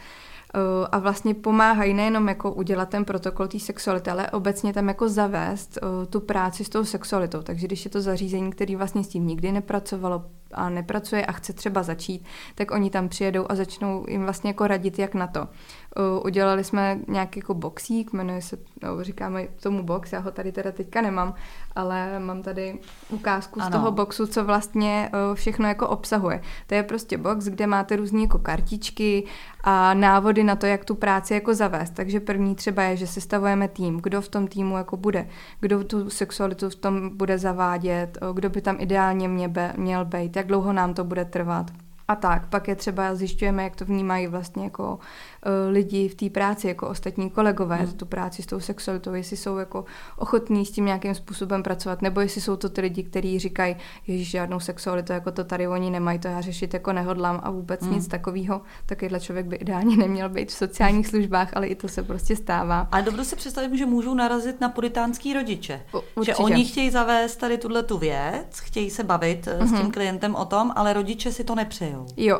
a vlastně pomáhají nejenom jako udělat ten protokol té sexuality, ale obecně tam jako zavést tu práci s tou sexualitou. Takže když je to zařízení, který vlastně s tím nikdy nepracovalo a nepracuje a chce třeba začít, tak oni tam přijedou a začnou jim vlastně jako radit, jak na to. Udělali jsme nějaký jako boxík, jmenuje se, říkáme tomu box, já ho tady teda teďka nemám, ale mám tady ukázku z toho boxu, co vlastně všechno jako obsahuje. To je prostě box, kde máte různé jako kartičky a návody na to, jak tu práci jako zavést. Takže první třeba je, že sestavujeme tým, kdo v tom týmu jako bude, kdo tu sexualitu v tom bude zavádět, kdo by tam ideálně měl být, jak dlouho nám to bude trvat. A tak, pak je třeba zjišťujeme, jak to vnímají vlastně jako lidi v té práci, jako ostatní kolegové, tu práci s tou sexualitou, jestli jsou jako ochotní s tím nějakým způsobem pracovat, nebo jestli jsou to ty lidi, kteří říkají, ježiš, žádnou sexualitu, jako to tady oni nemají, to já řešit jako nehodlám a vůbec nic takového. Takovýhle člověk by ideálně neměl být v sociálních službách, ale i to se prostě stává. A dobře si představím, že můžou narazit na puritánský rodiče. Určitě. Že oni chtějí zavést tady tu věc, chtějí se bavit s tím klientem o tom, ale rodiče si to nepřejou. Jo,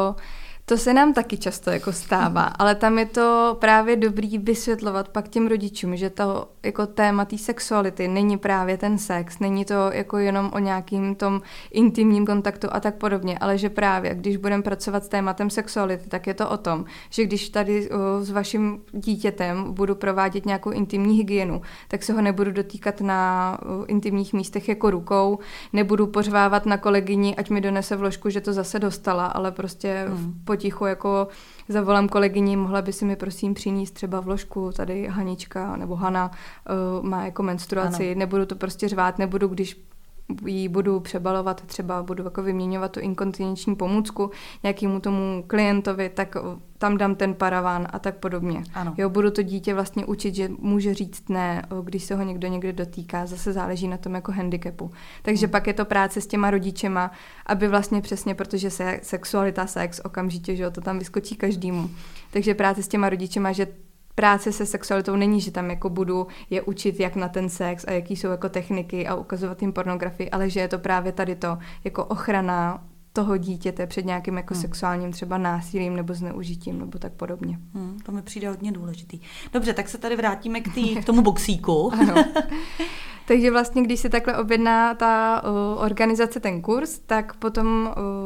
to se nám taky často jako stává, ale tam je to právě dobrý vysvětlovat pak těm rodičům, že to jako téma té sexuality není právě ten sex, není to jako jenom o nějakým tom intimním kontaktu a tak podobně, ale že právě, když budeme pracovat s tématem sexuality, tak je to o tom, že když tady s vaším dítětem budu provádět nějakou intimní hygienu, tak se ho nebudu dotýkat na intimních místech jako rukou, nebudu pořvávat na kolegyni, ať mi donese vložku, že to zase dostala, ale prostě potichu jako zavolám kolegyni, mohla by si mi prosím přinést třeba vložku, tady Hanička nebo Hana má jako menstruaci, nebudu to prostě řvát, nebudu, když jí budu přebalovat, třeba budu jako vyměňovat tu inkontinenční pomůcku nějakému tomu klientovi, tak tam dám ten paravan a tak podobně. Ano. Jo, budu to dítě vlastně učit, že může říct ne, když se ho někdo někde dotýká, zase záleží na tom jako handicapu. Takže pak je to práce s těma rodičema, aby vlastně přesně, protože sexualita, sex, okamžitě, že jo, to tam vyskočí každému. Takže práce s těma rodičema, že práce se sexualitou není, že tam jako budu je učit, jak na ten sex a jaký jsou jako techniky a ukazovat jim pornografii, ale že je to právě tady to, jako ochrana toho dítěte před nějakým jako sexuálním třeba násilím nebo zneužitím nebo tak podobně. To mi přijde hodně důležitý. Dobře, tak se tady vrátíme k tomu boxíku. Ano. Takže vlastně, když se takhle objedná ta organizace ten kurz, tak potom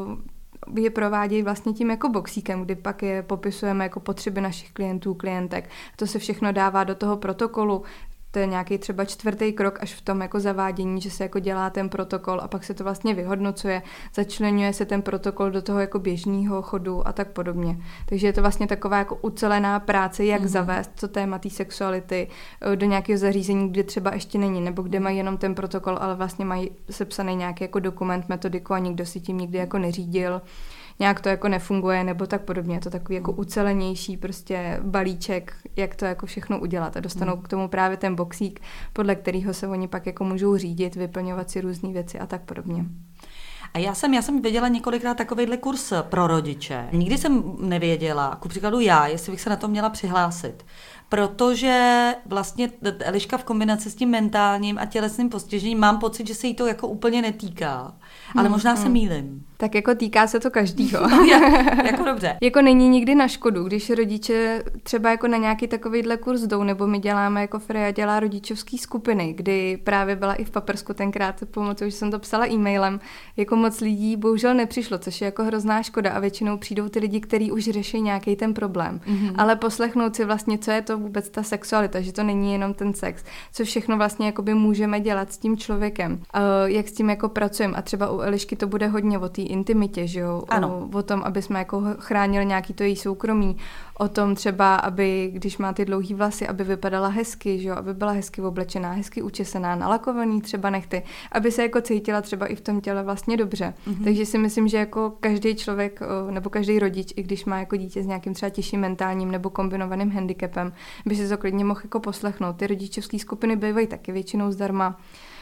je provádějí vlastně tím jako boxíkem, kdy pak je popisujeme jako potřeby našich klientů, klientek. To se všechno dává do toho protokolu. To je nějaký třeba 4. krok až v tom jako zavádění, že se jako dělá ten protokol a pak se to vlastně vyhodnocuje, začleňuje se ten protokol do toho jako běžného chodu a tak podobně. Takže je to vlastně taková jako ucelená práce, jak zavést to téma té sexuality do nějakého zařízení, kde třeba ještě není, nebo kde mají jenom ten protokol, ale vlastně mají sepsaný nějaký jako dokument, metodiku a nikdo si tím nikdy jako neřídil. Nějak to jako nefunguje, nebo tak podobně. Je to takový jako ucelenější prostě balíček, jak to jako všechno udělat. A dostanou k tomu právě ten boxík, podle kterého se oni pak jako můžou řídit, vyplňovat si různé věci a tak podobně. A já jsem viděla několikrát takovejhle kurz pro rodiče. Nikdy jsem nevěděla, ku příkladu jestli bych se na to měla přihlásit. Protože vlastně Eliška v kombinaci s tím mentálním a tělesným postižením mám pocit, že se jí to jako úplně netýká. Ale možná se mýlím. Tak jako týká se to každýho. Jako dobře. Jako není nikdy na škodu, když rodiče třeba jako na nějaký takovýhle kurz jdou, nebo my děláme, jako Freja dělá rodičovský skupiny, kdy právě byla i v Papersku tenkrát, pamatuju, že jsem to psala e-mailem, jako moc lidí bohužel nepřišlo, což je jako hrozná škoda a většinou přijdou ty lidi, kteří už řeší nějaký ten problém. Ale poslechnout si vlastně, co je to vůbec ta sexualita, že to není jenom ten sex, co všechno vlastně jakoby můžeme dělat s tím člověkem, jak s tím jako pracujeme a třeba u Elišky to bude hodně o té intimitě, že jo? O tom, aby jsme jako chránili nějaký to její soukromí, o tom třeba, aby, když má ty dlouhý vlasy, aby vypadala hezky, že jo? Aby byla hezky oblečená, hezky učesená, nalakovaný třeba nechty, aby se jako cítila třeba i v tom těle vlastně dobře. Takže si myslím, že jako každý člověk nebo každý rodič, i když má jako dítě s nějakým třeba těžším mentálním nebo kombinovaným handicapem, by si to klidně mohl jako poslechnout. Ty rodičovské skupiny bývají taky většinou zdarma.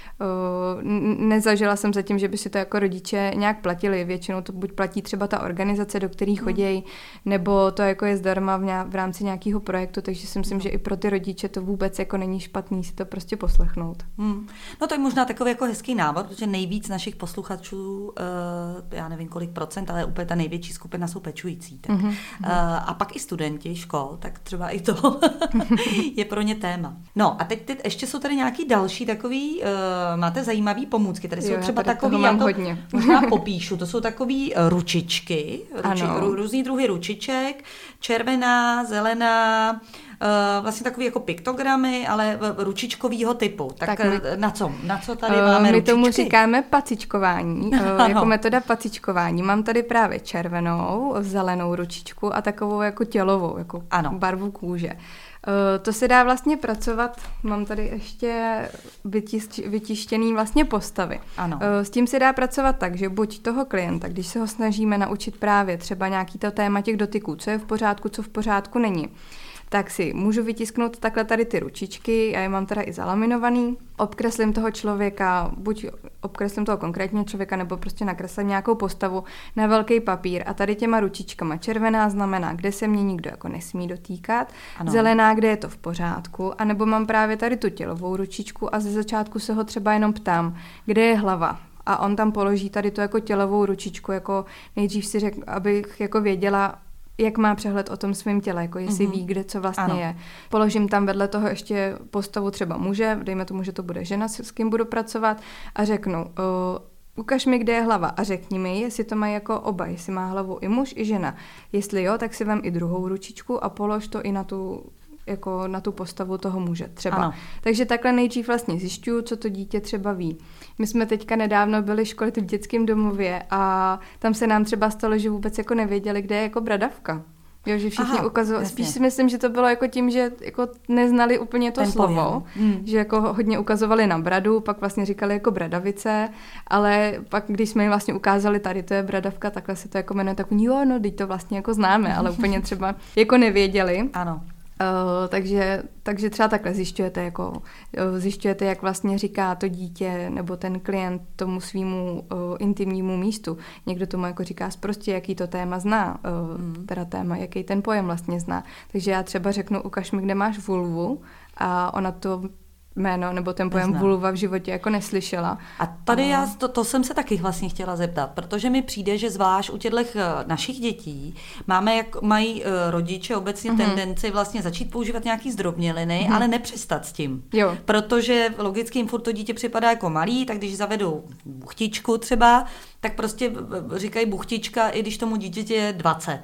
Nezažila jsem zatím, že by si to jako rodiče nějak platili. Většinou to buď platí třeba ta organizace, do které chodí, nebo to jako je zdarma v rámci nějakého projektu, takže si myslím, že i pro ty rodiče to vůbec jako není špatný si to prostě poslechnout. No to je možná takový jako hezký návod, protože nejvíc našich posluchačů, já nevím kolik procent, ale úplně ta největší skupina jsou pečující. Tak. A pak i studenti škol, tak třeba i to je pro ně téma. No a teď ještě jsou tady nějaký další takový máte zajímavý pomůcky, tady jsou třeba takový, já to možná popíšu, to jsou takový ručičky, různý druhy ručiček, červená, zelená, vlastně takový jako piktogramy, ale ručičkovýho typu. Tak na co tady máme ručičky? My tomu říkáme pacičkování, jako metoda pacičkování. Mám tady právě červenou, zelenou ručičku a takovou jako tělovou, jako barvu kůže. To se dá vlastně pracovat, mám tady ještě vytištěný vlastně postavy. Ano. S tím se dá pracovat tak, že buď toho klienta, když se ho snažíme naučit právě třeba nějaký to téma těch dotyků, co je v pořádku, co v pořádku není, tak si můžu vytisknout takhle tady ty ručičky, já je mám teda i zalaminovaný, obkreslím toho člověka, buď obkreslím toho konkrétního člověka, nebo prostě nakreslím nějakou postavu na velký papír a tady těma ručičkama červená znamená, kde se mě nikdo jako nesmí dotýkat, zelená, kde je to v pořádku, anebo mám právě tady tu tělovou ručičku a ze začátku se ho třeba jenom ptám, kde je hlava. A on tam položí tady tu jako tělovou ručičku, jako nejdřív si řekl, abych jako věděla, jak má přehled o tom svém těle, jako jestli ví, kde co vlastně je. Položím tam vedle toho ještě postavu třeba muže, dejme tomu, že to bude žena, s kým budu pracovat a řeknu, ukaž mi, kde je hlava a řekni mi, jestli to mají jako oba, jestli má hlavu i muž, i žena. Jestli jo, tak si vem i druhou ručičku a polož to i na tu postavu toho muže třeba. Ano. Takže takhle nejdřív vlastně zjišťuju, co to dítě třeba ví. My jsme teďka nedávno byli školit v dětském domově a tam se nám třeba stalo, že vůbec jako nevěděli, kde je jako bradavka. Jo, že všichni ukazovali, spíš si myslím, že to bylo jako tím, že jako neznali úplně to slovo, že jako hodně ukazovali na bradu, pak vlastně říkali jako bradavice, ale pak když jsme jim vlastně ukázali, tady to je bradavka, takhle se to jako jmenuje, tak jo, no, teď to vlastně jako známe, ale úplně třeba jako nevěděli. Ano. Takže třeba takhle zjišťujete, jak vlastně říká to dítě nebo ten klient tomu svýmu intimnímu místu. Někdo tomu jako říká sprostě, jaký to téma zná, teda téma, jaký ten pojem vlastně zná. Takže já třeba řeknu, ukaž mi, kde máš vulvu a ona to jméno nebo ten pojem vulva v životě jako neslyšela. A tady to jsem se taky vlastně chtěla zeptat, protože mi přijde, že zvlášť u těchto našich dětí mají rodiče obecně tendenci vlastně začít používat nějaký zdrobněliny, ale nepřestat s tím. Jo. Protože logicky jim furt to dítě připadá jako malý, tak když zavedou buchtičku třeba, tak prostě říkají buchtička, i když tomu dítěti je 20.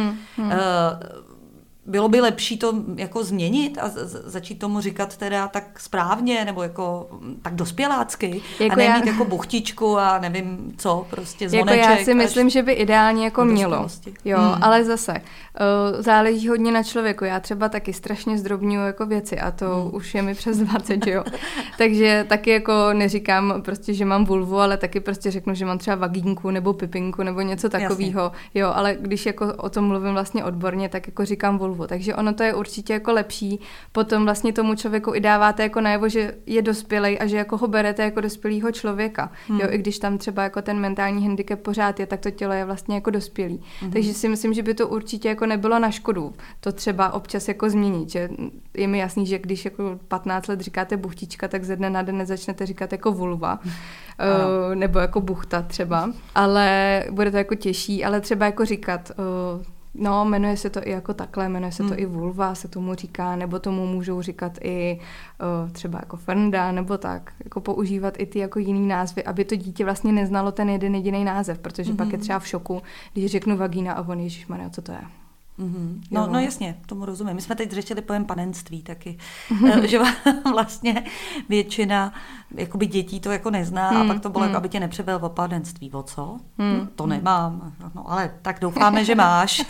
Bylo by lepší to jako změnit a začít tomu říkat teda tak správně, nebo jako tak dospělácky a nemít jako buchtičku a nevím co, prostě zvoneček. Jako já si myslím, že by ideálně jako mělo. Jo, ale zase záleží hodně na člověku. Já třeba taky strašně zdrobňuju jako věci a to už je mi přes 20, jo. Takže taky jako neříkám prostě, že mám vulvu, ale taky prostě řeknu, že mám třeba vagínku nebo pipinku nebo něco takového. Jo, ale když jako o tom mluvím vlastně odborně, tak jako říkám vulvu vulvu. Takže ono to je určitě jako lepší. Potom vlastně tomu člověku i dáváte jako najevo, že je dospělej a že jako ho berete jako dospělýho člověka. Jo, i když tam třeba jako ten mentální handicap pořád je, tak to tělo je vlastně jako dospělý. Takže si myslím, že by to určitě jako nebylo na škodu. To třeba občas jako změnit, že je mi jasný, že když jako 15 let říkáte buchtička, tak ze dne na den nezačnete říkat jako vulva. Nebo jako buchta třeba. Ale bude to jako těžší, ale třeba jako říkat... No, jmenuje se to i jako takhle, jmenuje se to i vulva, se tomu říká, nebo tomu můžou říkat i třeba jako frnda, nebo tak, jako používat i ty jako jiný názvy, aby to dítě vlastně neznalo ten jeden jediný název, protože pak je třeba v šoku, když řeknu vagína a on, ježišmarja, co to je? No jasně, tomu rozumím. My jsme teď řešili pojem panenství taky, že vlastně většina jakoby dětí to jako nezná a pak to bylo jako, aby tě nepřevel o panenství. O co? To nemám. No ale tak doufáme, že máš.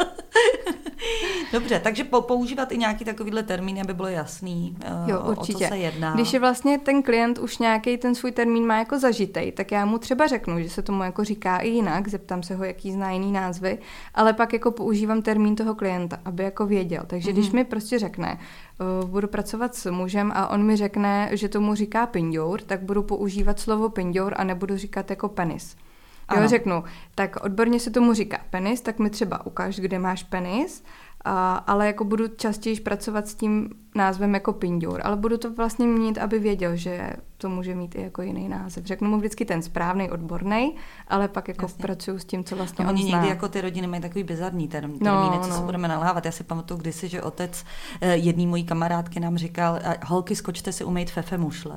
Dobře, takže používat i nějaký takovýhle termín, aby bylo jasný, o co se jedná. Když je vlastně ten klient už nějaký ten svůj termín má jako zažitej, tak já mu třeba řeknu, že se tomu jako říká i jinak, zeptám se ho, jaký zná jiný názvy, ale pak jako používám termín toho klienta, aby jako věděl. Takže když mi prostě řekne, budu pracovat s mužem a on mi řekne, že tomu říká pinďour, tak budu používat slovo pinďour a nebudu říkat jako penis. Jo, řeknu, tak odborně se tomu říká penis, tak mi třeba ukáž, kde máš penis, ale jako budu častěji pracovat s tím názvem jako pinďour, ale budu to vlastně měnit, aby věděl, že to může mít i jako jiný název. Řeknu mu vždycky ten správný, odborný, ale pak jako pracuju s tím, co vlastně on zná. Někdy jako ty rodiny mají takový bizarní termíny, co se budeme nalávat. Já si pamatuju kdysi, že otec jedný mojí kamarádky nám říkal, holky, skočte si umýt fefe mušle.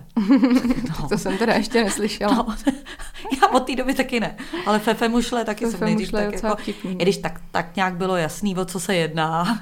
To jsem teda ještě neslyšela. Já od té doby taky ne, ale fefe mušle taky jsem nejdřív tak jako, i když tak nějak bylo jasný, o co se jedná,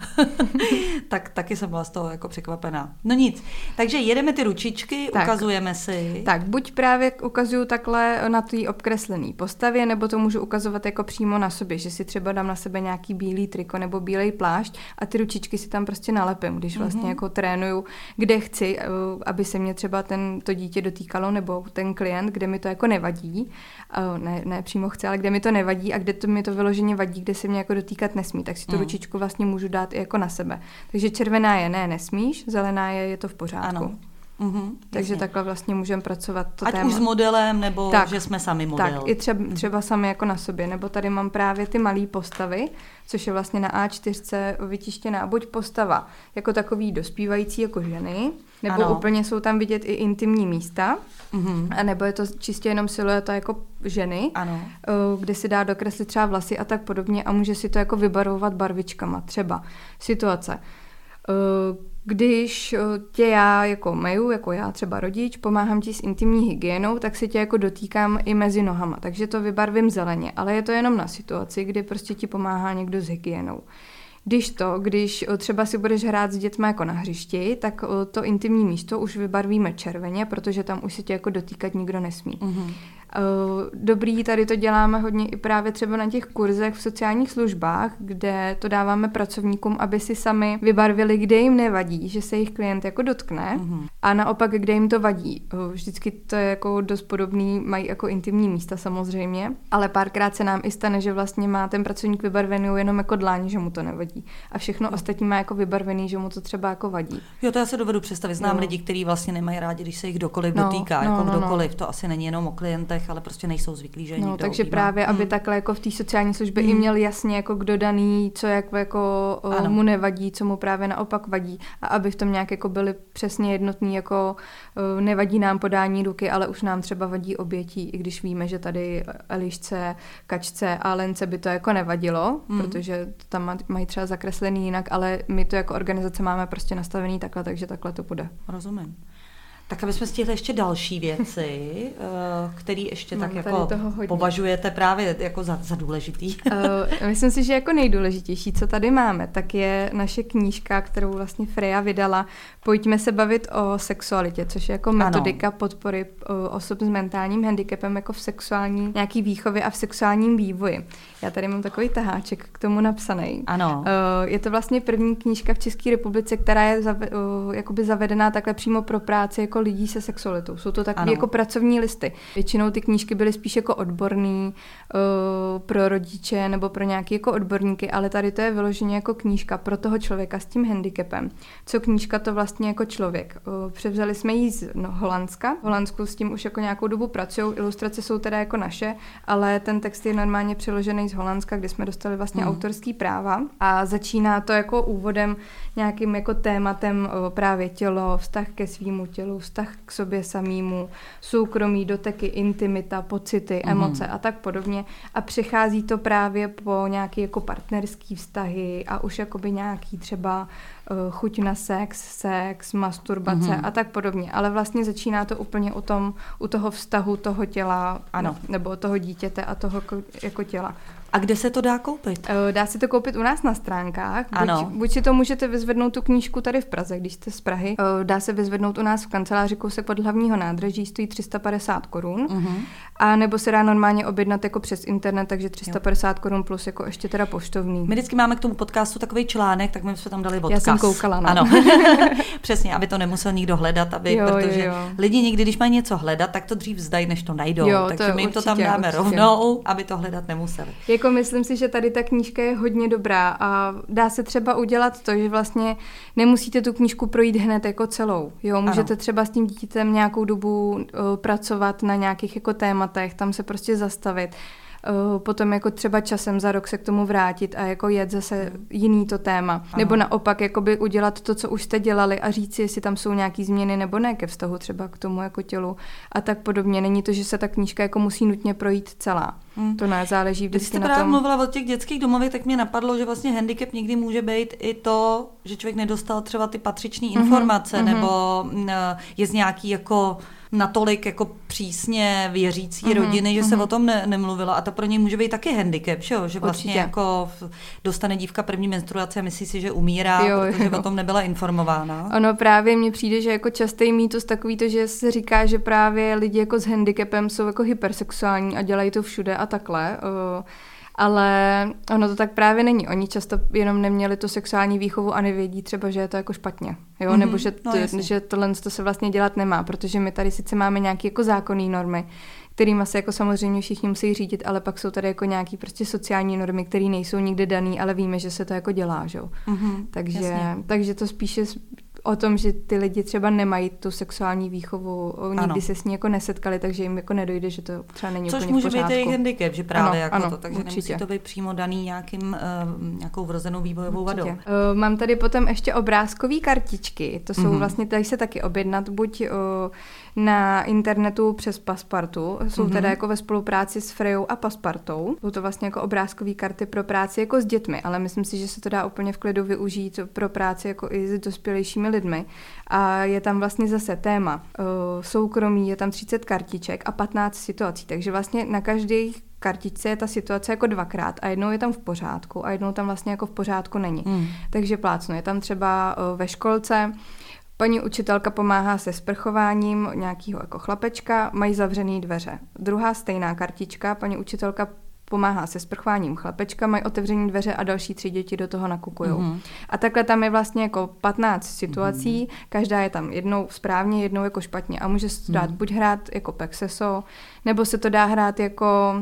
tak taky jsem byla z toho jako překvapená. No nic, takže jedeme ty ručičky, ukazujeme si. Tak, buď právě ukazuju takhle na té obkreslené postavě, nebo to můžu ukazovat jako přímo na sobě, že si třeba dám na sebe nějaký bílý triko nebo bílej plášť a ty ručičky si tam prostě nalepím, když vlastně jako trénuju, kde chci, aby se mě třeba to dítě dotýkalo, nebo ten klient, kde mi to jako nevadí, ne přímo chci, ale kde mi to nevadí a kde to mi to vyloženě vadí, kde se mě jako dotýkat nesmí, tak si tu ručičku vlastně můžu dát i jako na sebe. Takže červená je ne, nesmíš, zelená je to v pořádku. Ano. Takže takhle vlastně můžeme pracovat to téma. Ať už s modelem, nebo že jsme sami model. Tak, i třeba sami jako na sobě. Nebo tady mám právě ty malé postavy, což je vlastně na A4 vytištěná buď postava jako takový dospívající jako ženy, nebo úplně jsou tam vidět i intimní místa, a nebo je to čistě jenom silueta jako ženy, kde si dá dokreslit třeba vlasy a tak podobně a může si to jako vybarvovat barvičkama. Třeba situace. Když tě já jako meju, jako já třeba rodič, pomáhám ti s intimní hygienou, tak si tě jako dotýkám i mezi nohama, takže to vybarvím zeleně, ale je to jenom na situaci, kdy prostě ti pomáhá někdo s hygienou. Když třeba si budeš hrát s dětmi jako na hřišti, tak to intimní místo už vybarvíme červeně, protože tam už si tě jako dotýkat nikdo nesmí. Dobrý, tady to děláme hodně i právě třeba na těch kurzech v sociálních službách, kde to dáváme pracovníkům, aby si sami vybarvili, kde jim nevadí, že se jich klient jako dotkne, a naopak, kde jim to vadí. Vždycky to je jako dost podobný, mají jako intimní místa samozřejmě, ale párkrát se nám i stane, že vlastně má ten pracovník vybarvený jenom jako dláň, že mu to nevadí. A všechno ostatní má jako vybarvený, že mu to třeba jako vadí. Jo, to já se dovedu představit. Znám lidi, kteří vlastně nemají rádi, když se jich kdokoliv dotýká, jako kdokoliv. To asi není jenom o klientech, ale prostě nejsou zvyklí, že někdo takže objímá. Právě, aby takhle jako v té sociální službě i měl jasně jako kdo daný, co jako mu nevadí, co mu právě naopak vadí, a aby v tom nějak jako byli přesně jednotní, jako nevadí nám podání ruky, ale už nám třeba vadí obětí, i když víme, že tady Elišce, Kačce a Lence by to jako nevadilo, protože tam mají třeba zakreslený jinak, ale my to jako organizace máme prostě nastavený takhle, takže takhle to bude. Rozumím. Tak aby jsme stihli ještě další věci, které ještě tak jako považujete právě jako za důležitý. Myslím si, že jako nejdůležitější, co tady máme, tak je naše knížka, kterou vlastně Freja vydala, Pojďme se bavit o sexualitě, což je jako metodika podpory osob s mentálním handicapem jako v sexuální nějaký výchově a v sexuálním vývoji. Já tady mám takový taháček k tomu napsaný. Ano. Je to vlastně první knížka v České republice, která je jakoby zavedená takhle přímo pro práci jako jako lidí se sexualitou. Jsou to takové jako pracovní listy. Většinou ty knížky byly spíš jako odborný pro rodiče nebo pro nějaké jako odborníky, ale tady to je vyloženě jako knížka pro toho člověka s tím handicapem. Co knížka to vlastně jako člověk. Převzali jsme ji z Holandska. V Holandsku s tím už jako nějakou dobu pracují. Ilustrace jsou teda jako naše, ale ten text je normálně přeložený z Holandska, kde jsme dostali vlastně autorský práva a začíná to jako úvodem nějakým jako tématem právě tělo, vztah ke svýmu tělu, vztah k sobě samýmu, soukromí, doteky, intimita, pocity, emoce a tak podobně. A přechází to právě po nějaký jako partnerský vztahy a už jakoby nějaký třeba chuť na sex, masturbace a tak podobně. Ale vlastně začíná to úplně u toho vztahu toho těla, nebo toho dítěte a toho jako těla. A kde se to dá koupit? Dá se to koupit u nás na stránkách. Buď si to můžete vyzvednout tu knížku tady v Praze, když jste z Prahy. Dá se vyzvednout u nás v kanceláři kousek od hlavního nádraží, stojí 350 korun. A nebo se dá normálně objednat jako přes internet, takže 350 korun plus jako ještě teda poštovný. My vždycky máme k tomu podcastu takový článek, tak my jsme tam dali odkaz. Já jsem koukala, no. Ano. Přesně, aby to nemusel nikdo hledat, protože lidi někdy, když mají něco hledat, tak to dřív vzdají, než to najdou. Takže my jim to tam dáme rovnou, aby to hledat nemuseli. Jako myslím si, že tady ta knížka je hodně dobrá a dá se třeba udělat to, že vlastně nemusíte tu knížku projít hned jako celou. Jo, můžete třeba s tím dítětem nějakou dobu pracovat na nějakých jako tématech, tam se prostě zastavit. Potom jako třeba časem za rok se k tomu vrátit a jako jet zase jiný to téma. Nebo naopak jakoby udělat to, co už jste dělali a říct si, jestli tam jsou nějaký změny nebo ne ke vztahu třeba k tomu jako tělu a tak podobně. Není to, že se ta knížka jako musí nutně projít celá. To záleží vždycky na tom. Když jste právě mluvila o těch dětských domovech, tak mě napadlo, že vlastně handicap někdy může být i to, že člověk nedostal třeba ty patřičné informace nebo je z nějaký jako natolik jako přísně věřící rodiny, že se o tom nemluvilo a to pro něj může být taky handicap, že vlastně jako dostane dívka první menstruace a myslí si, že umírá, protože o tom nebyla informována. Ono právě mně přijde, že jako častý mýtus takový to, že se říká, že právě lidi jako s handicapem jsou jako hypersexuální a dělají to všude a takhle. Ale ono to tak právě není. Oni často jenom neměli tu sexuální výchovu a nevědí třeba, že je to jako špatně. Jo? Nebo že tohle to se vlastně dělat nemá, protože my tady sice máme nějaké jako zákonné normy, kterými se jako samozřejmě všichni musí řídit, ale pak jsou tady jako nějaké prostě sociální normy, které nejsou nikdy daný, ale víme, že se to jako dělá. Že? Takže to spíše o tom, že ty lidi třeba nemají tu sexuální výchovu, nikdy se s ní jako nesetkali, takže jim jako nedojde, že to třeba není úplně v pořádku. Což může být jejich handicap, že právě jako to, takže určitě. nemusí to být přímo daný nějakou vrozenou vývojovou vadou. Mám tady potom ještě obrázkové kartičky, to jsou vlastně, tady se taky objednat, buď na internetu přes Passepartout, jsou teda jako ve spolupráci s Frejou a Passepartou, jsou to vlastně jako obrázkové karty pro práci jako s dětmi, ale myslím si, že se to dá úplně v klidu využít pro práci jako i s dospělejšími lidmi a je tam vlastně zase téma soukromí, je tam 30 kartiček a 15 situací, takže vlastně na každé kartičce je ta situace jako dvakrát a jednou je tam v pořádku a jednou tam vlastně jako v pořádku není. Takže plácnu, je tam třeba ve školce, paní učitelka pomáhá se sprchováním nějakého jako chlapečka, mají zavřený dveře. Druhá stejná kartička, paní učitelka pomáhá se sprchováním chlapečka, mají otevřený dveře a další 3 děti do toho nakukujou. A takhle tam je vlastně jako 15 situací, každá je tam jednou správně, jednou jako špatně a může se to dát buď hrát jako pexeso, nebo se to dá hrát jako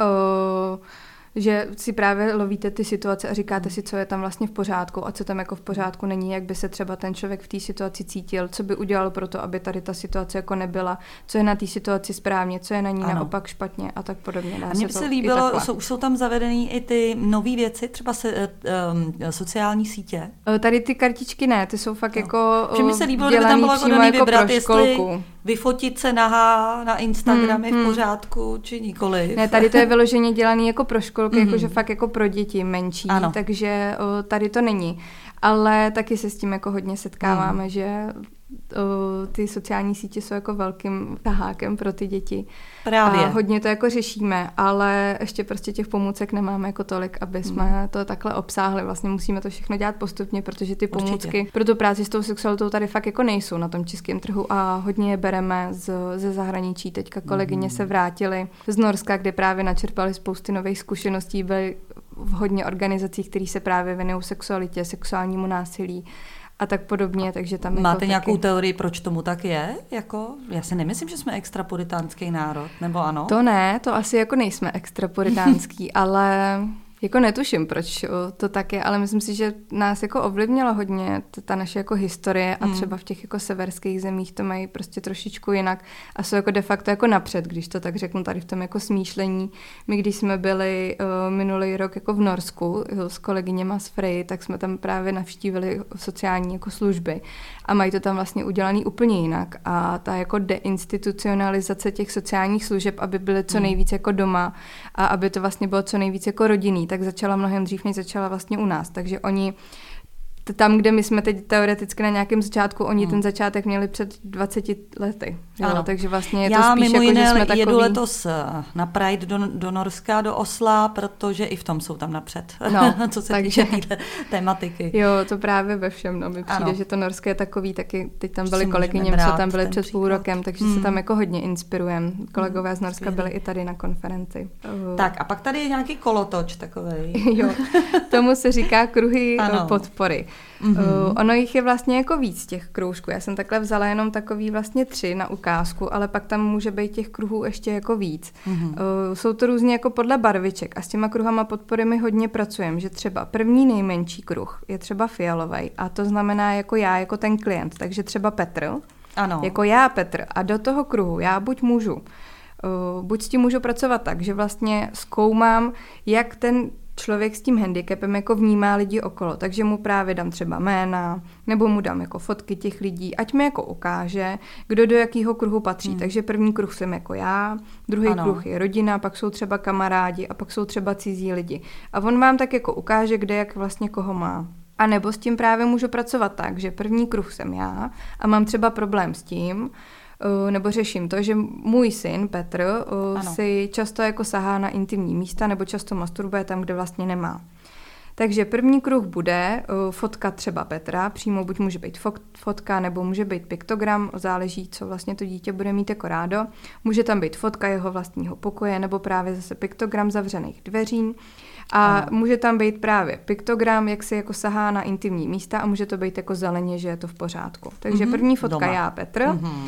že si právě lovíte ty situace a říkáte si, co je tam vlastně v pořádku a co tam jako v pořádku není, jak by se třeba ten člověk v té situaci cítil, co by udělal pro to, aby tady ta situace jako nebyla, co je na té situaci správně, co je na ní naopak špatně a tak podobně. A mně by se líbilo, už jsou tam zavedený i ty nové věci, třeba sociální sítě? Tady ty kartičky ne, ty jsou fakt jako že mi se líbilo, kdyby tam bylo daný vybrat, jestli vyfotit se nahá na Instagram je v pořádku, či nikoli. Ne, tady to je vyloženě dělaný jako pro školky, jakože fakt jako pro děti menší, takže tady to není. Ale taky se s tím jako hodně setkáváme, že ty sociální sítě jsou jako velkým tahákem pro ty děti. Právě. A hodně to jako řešíme, ale ještě prostě těch pomůcek nemáme jako tolik, aby jsme to takhle obsáhli. Vlastně musíme to všechno dělat postupně, protože ty pomůcky pro tu práci s tou sexualitou tady fakt jako nejsou na tom českém trhu a hodně je bereme ze zahraničí. Teďka kolegyně se vrátily z Norska, kde právě načerpali spousty nových zkušeností, byly v hodně organizacích, které se právě věnují sexualitě, sexuálnímu násilí. a tak podobně, takže tam Máte jako nějakou taky... teorii, proč tomu tak je? Jako, já si nemyslím, že jsme extra puritánský národ, nebo ano? To ne, to asi jako nejsme extra puritánský, ale jako netuším, proč to tak je, ale myslím si, že nás jako ovlivnila hodně ta naše jako historie a třeba v těch jako severských zemích to mají prostě trošičku jinak a jsou jako de facto jako napřed, když to tak řeknu tady v tom jako smýšlení. My když jsme byli minulý rok jako v Norsku s kolegyněma z Frey, tak jsme tam právě navštívili sociální jako služby a mají to tam vlastně udělaný úplně jinak a ta jako deinstitucionalizace těch sociálních služeb, aby byly co nejvíc jako doma a aby to vlastně bylo co nejvíc jako rodinný, tak začala mnohem dřív, než začala vlastně u nás. Takže oni, tam, kde my jsme teď teoreticky na nějakém začátku, oni ten začátek měli před 20 lety. Jo? Takže vlastně je to spíš mimo jako, jiné, že jsme takový... jedu letos na Pride do Norska, do Osla, protože i v tom jsou tam napřed, co se týče téhle tematiky. Jo, to právě ve všem. No. Mi přijde, že to Norsko je takový, taky teď tam byly kolegyně, co tam byly před půl rokem, takže se tam jako hodně inspirujeme. Kolegové z Norska byli i tady na konferenci. Tak a pak tady je nějaký kolotoč takovej. Jo, tomu se říká kruhy podpory. Ono jich je vlastně jako víc těch kroužků. Já jsem takhle vzala jenom takový vlastně 3 na ukázku, ale pak tam může být těch kruhů ještě jako víc. Jsou to různě jako podle barviček a s těma kruhama podpory my hodně pracujeme, že třeba první nejmenší kruh je třeba fialový a to znamená jako já, jako ten klient, takže třeba Petr, jako já Petr a do toho kruhu já buď s tím můžu pracovat tak, že vlastně zkoumám, jak ten člověk s tím handicapem jako vnímá lidi okolo, takže mu právě dám třeba jména, nebo mu dám jako fotky těch lidí, ať mi jako ukáže, kdo do jakého kruhu patří. Takže první kruh jsem jako já, druhý kruh je rodina, pak jsou třeba kamarádi a pak jsou třeba cizí lidi. A on vám tak jako ukáže, kde jak vlastně koho má. A nebo s tím právě můžu pracovat tak, že první kruh jsem já a mám třeba problém s tím, nebo řeším to, že můj syn Petr si často jako sahá na intimní místa nebo často masturbuje tam, kde vlastně nemá. Takže první kruh bude fotka třeba Petra, přímo buď může být fotka nebo může být piktogram, záleží, co vlastně to dítě bude mít jako rádo. Může tam být fotka jeho vlastního pokoje nebo právě zase piktogram zavřených dveří. A může tam být právě piktogram, jak si jako sahá na intimní místa a může to být jako zeleně, že je to v pořádku. Takže první fotka doma. Já, Petr,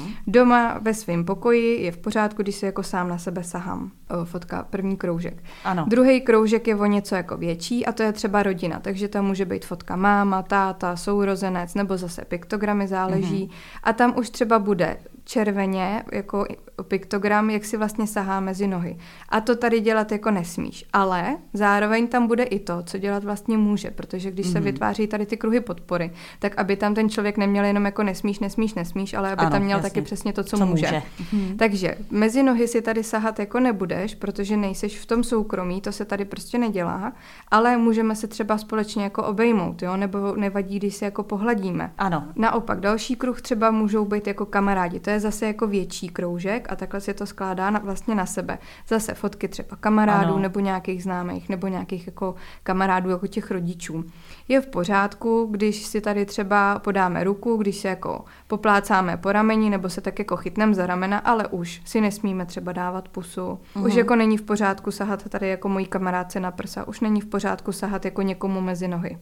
doma ve svém pokoji je v pořádku, když si jako sám na sebe sahám. Fotka, první kroužek. Druhý kroužek je o něco jako větší a to je třeba rodina, takže tam může být fotka máma, táta, sourozenec nebo zase piktogramy záleží a tam už třeba bude červeně jako piktogram, jak si vlastně sahá mezi nohy. A to tady dělat jako nesmíš. Ale zároveň tam bude i to, co dělat vlastně může, protože když se vytváří tady ty kruhy podpory, tak aby tam ten člověk neměl jenom jako nesmíš, ale aby tam měl taky přesně to, co může. Takže mezi nohy si tady sahat jako nebudeš, protože nejseš v tom soukromí, to se tady prostě nedělá, ale můžeme se třeba společně jako obejmout, jo? Nebo nevadí, když se jako pohladíme. Naopak, další kruh třeba můžou být jako kamarádi. To je zase jako větší kroužek a takhle se to skládá vlastně na sebe. Zase fotky třeba kamarádů nebo nějakých známých nebo nějakých jako kamarádů jako těch rodičů. Je v pořádku, když si tady třeba podáme ruku, když se jako poplácáme po rameni nebo se tak jako chytneme za ramena, ale už si nesmíme třeba dávat pusu. Už jako není v pořádku sahat tady jako mojí kamarádce na prsa. Už není v pořádku sahat jako někomu mezi nohy.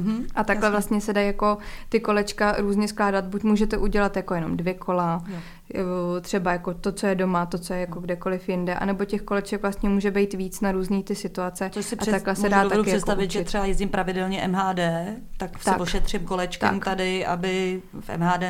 A takhle vlastně se dají jako ty kolečka různě skládat. Buď můžete udělat jako jenom 2 kola, třeba jako to, co je doma, to, co je jako kdekoliv jinde, anebo těch koleček vlastně může být víc na různý ty situace. Což si takhle se dá taky představit, jako že třeba jezdím pravidelně MHD, tak si ošetřím kolečkem tady, aby v MHD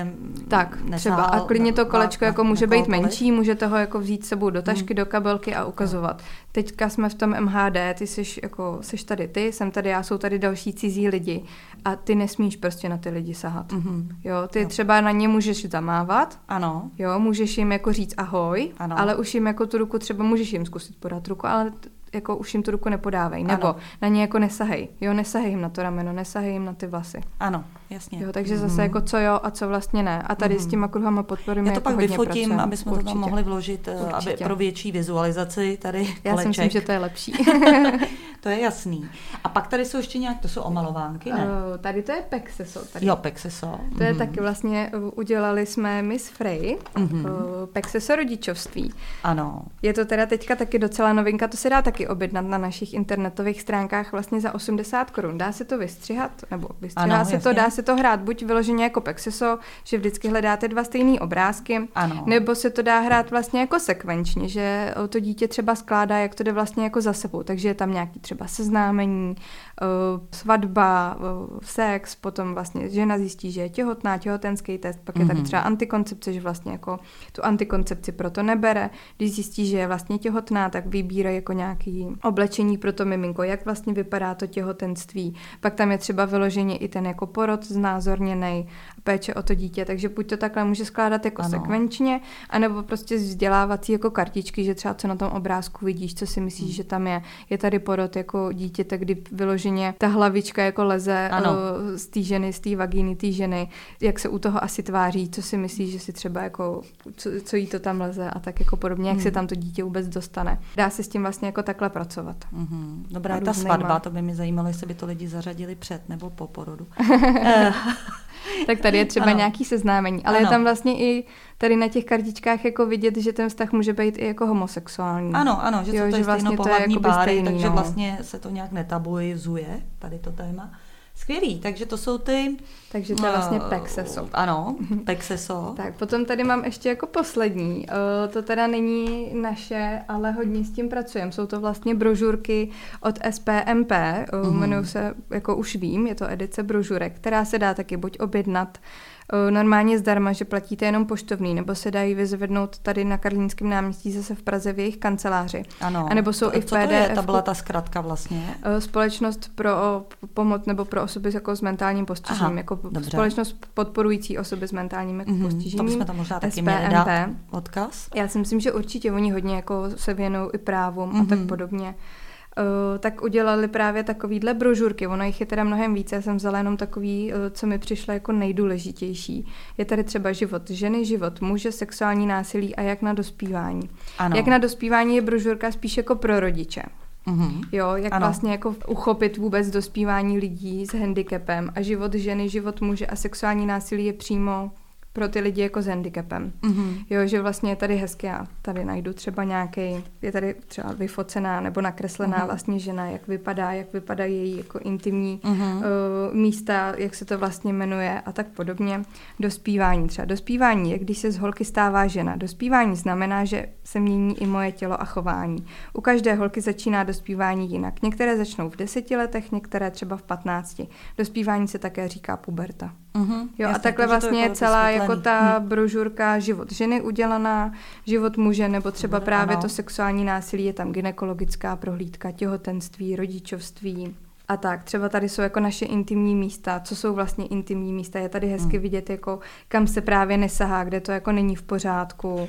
třeba. A klidně to kolečko jako může být menší, můžete ho jako vzít sebou do tašky, do kabelky a ukazovat. Teďka jsme v tom MHD, ty seš tady ty, jsem tady já, jsou tady další cizí lidi a ty nesmíš prostě na ty lidi sahat. Jo, ty třeba na ně můžeš zamávat. Jo, můžeš jim jako říct ahoj, ale už jim jako tu ruku třeba můžeš jim zkusit podat ruku, ale jako už jim tu ruku nepodávej. Nebo na ně jako nesahej. Jo, nesahej jim na to rameno, nesahej jim na ty vlasy. Jasně. Jo, takže zase jako co jo a co vlastně ne. A tady s těma kruhama podpory my já to jako pak hodně vyfotím, pracujeme. aby jsme to tam mohli vložit, aby pro větší vizualizaci tady koleček. Já si myslím, že to je lepší. To je jasný. A pak tady jsou ještě nějak, to jsou omalovánky, ne? Tady to je Pexeso. Jo, Pexeso. To je taky vlastně, udělali jsme Miss Frey, Pexeso rodičovství. Ano. Je to teda teďka taky docela novinka, to se dá taky objednat na našich internetových stránkách vlastně za 80 Kč. Dá se to vystřihat, nebo vystřihá se to, dá se to hrát buď vyloženě jako Pexeso, že vždycky hledáte 2 stejné obrázky, nebo se to dá hrát vlastně jako sekvenčně, že to dítě třeba skládá, jak to jde vlastně jako za sebou, takže je tam nějaký třeba seznámení, svatba, sex, potom vlastně žena zjistí, že je těhotná, těhotenský test, pak je tady třeba antikoncepce, že vlastně jako tu antikoncepci proto nebere, když zjistí, že je vlastně těhotná, tak vybírá jako nějaký oblečení pro to miminko, jak vlastně vypadá to těhotenství, pak tam je třeba vyloženě i ten jako porod znázorněnej, péče o to dítě, takže buď to takhle může skládat jako sekvenčně, anebo prostě vzdělávací jako kartičky, že třeba co na tom obrázku vidíš, co si myslíš, že tam je tady porod jako dítěte, kdy vyloženě ta hlavička jako leze z té ženy, z té vagíny té ženy, jak se u toho asi tváří, co si myslíš, že si třeba jako, co jí to tam leze a tak jako podobně, jak se tam to dítě vůbec dostane. Dá se s tím vlastně jako takhle pracovat. Dobrá, ta svatba, to by mě zajímalo, jestli by to lidi zařadili před nebo po porodu. Tak tady je třeba nějaký seznámení, ale je tam vlastně i tady na těch kartičkách jako vidět, že ten vztah může být i jako homosexuální. Ano, že to je vlastně stejnopohlavní páry, takže vlastně se to nějak netabuizuje, tady to téma. Skvělý, takže to jsou ty... Takže to je vlastně Pexeso. Ano, Pexeso. Tak, potom tady mám ještě jako poslední. To teda není naše, ale hodně s tím pracujeme. Jsou to vlastně brožurky od SPMP, jmenují se, jako už vím, je to edice brožurek, která se dá taky buď objednat normálně zdarma, že platíte jenom poštovný, nebo se dají vyzvednout tady na Karlínském náměstí zase v Praze v jejich kanceláři. Ano. A nebo jsou i v PDF. Co to je? Ta byla ta zkratka vlastně? Společnost pro pomoc nebo pro osoby jako s mentálním postižením. Jako společnost podporující osoby s mentálním jako postižením. To bychom tam možná taky měli dát odkaz. Já si myslím, že určitě oni hodně jako se věnují i právům a tak podobně. Tak udělali právě takovýhle brožurky. Ono jich je teda mnohem více. Já jsem vzala jenom takový, co mi přišlo jako nejdůležitější. Je tady třeba život ženy, život muže, sexuální násilí a jak na dospívání. Ano. Jak na dospívání je brožurka spíš jako pro rodiče. Jo, jak vlastně jako uchopit vůbec dospívání lidí s handicapem a život ženy, život muže a sexuální násilí je přímo pro ty lidi jako s handicapem. Jo, že vlastně je tady hezky, já tady najdu třeba nějaký, je tady třeba vyfocená nebo nakreslená vlastně žena, jak vypadá její jako intimní místa, jak se to vlastně jmenuje a tak podobně. Dospívání třeba. Dospívání je, když se z holky stává žena. Dospívání znamená, že se mění i moje tělo a chování. U každé holky začíná dospívání jinak. Některé začnou v 10 letech, některé třeba v 15. Dospívání se také říká puberta. Jo, jasně, a takhle vlastně je celá jako ta brožurka život ženy udělaná, život muže, nebo třeba právě to sexuální násilí, je tam gynekologická prohlídka, těhotenství, rodičovství a tak. Třeba tady jsou jako naše intimní místa, co jsou vlastně intimní místa, je tady hezky vidět, jako kam se právě nesahá, kde to jako není v pořádku.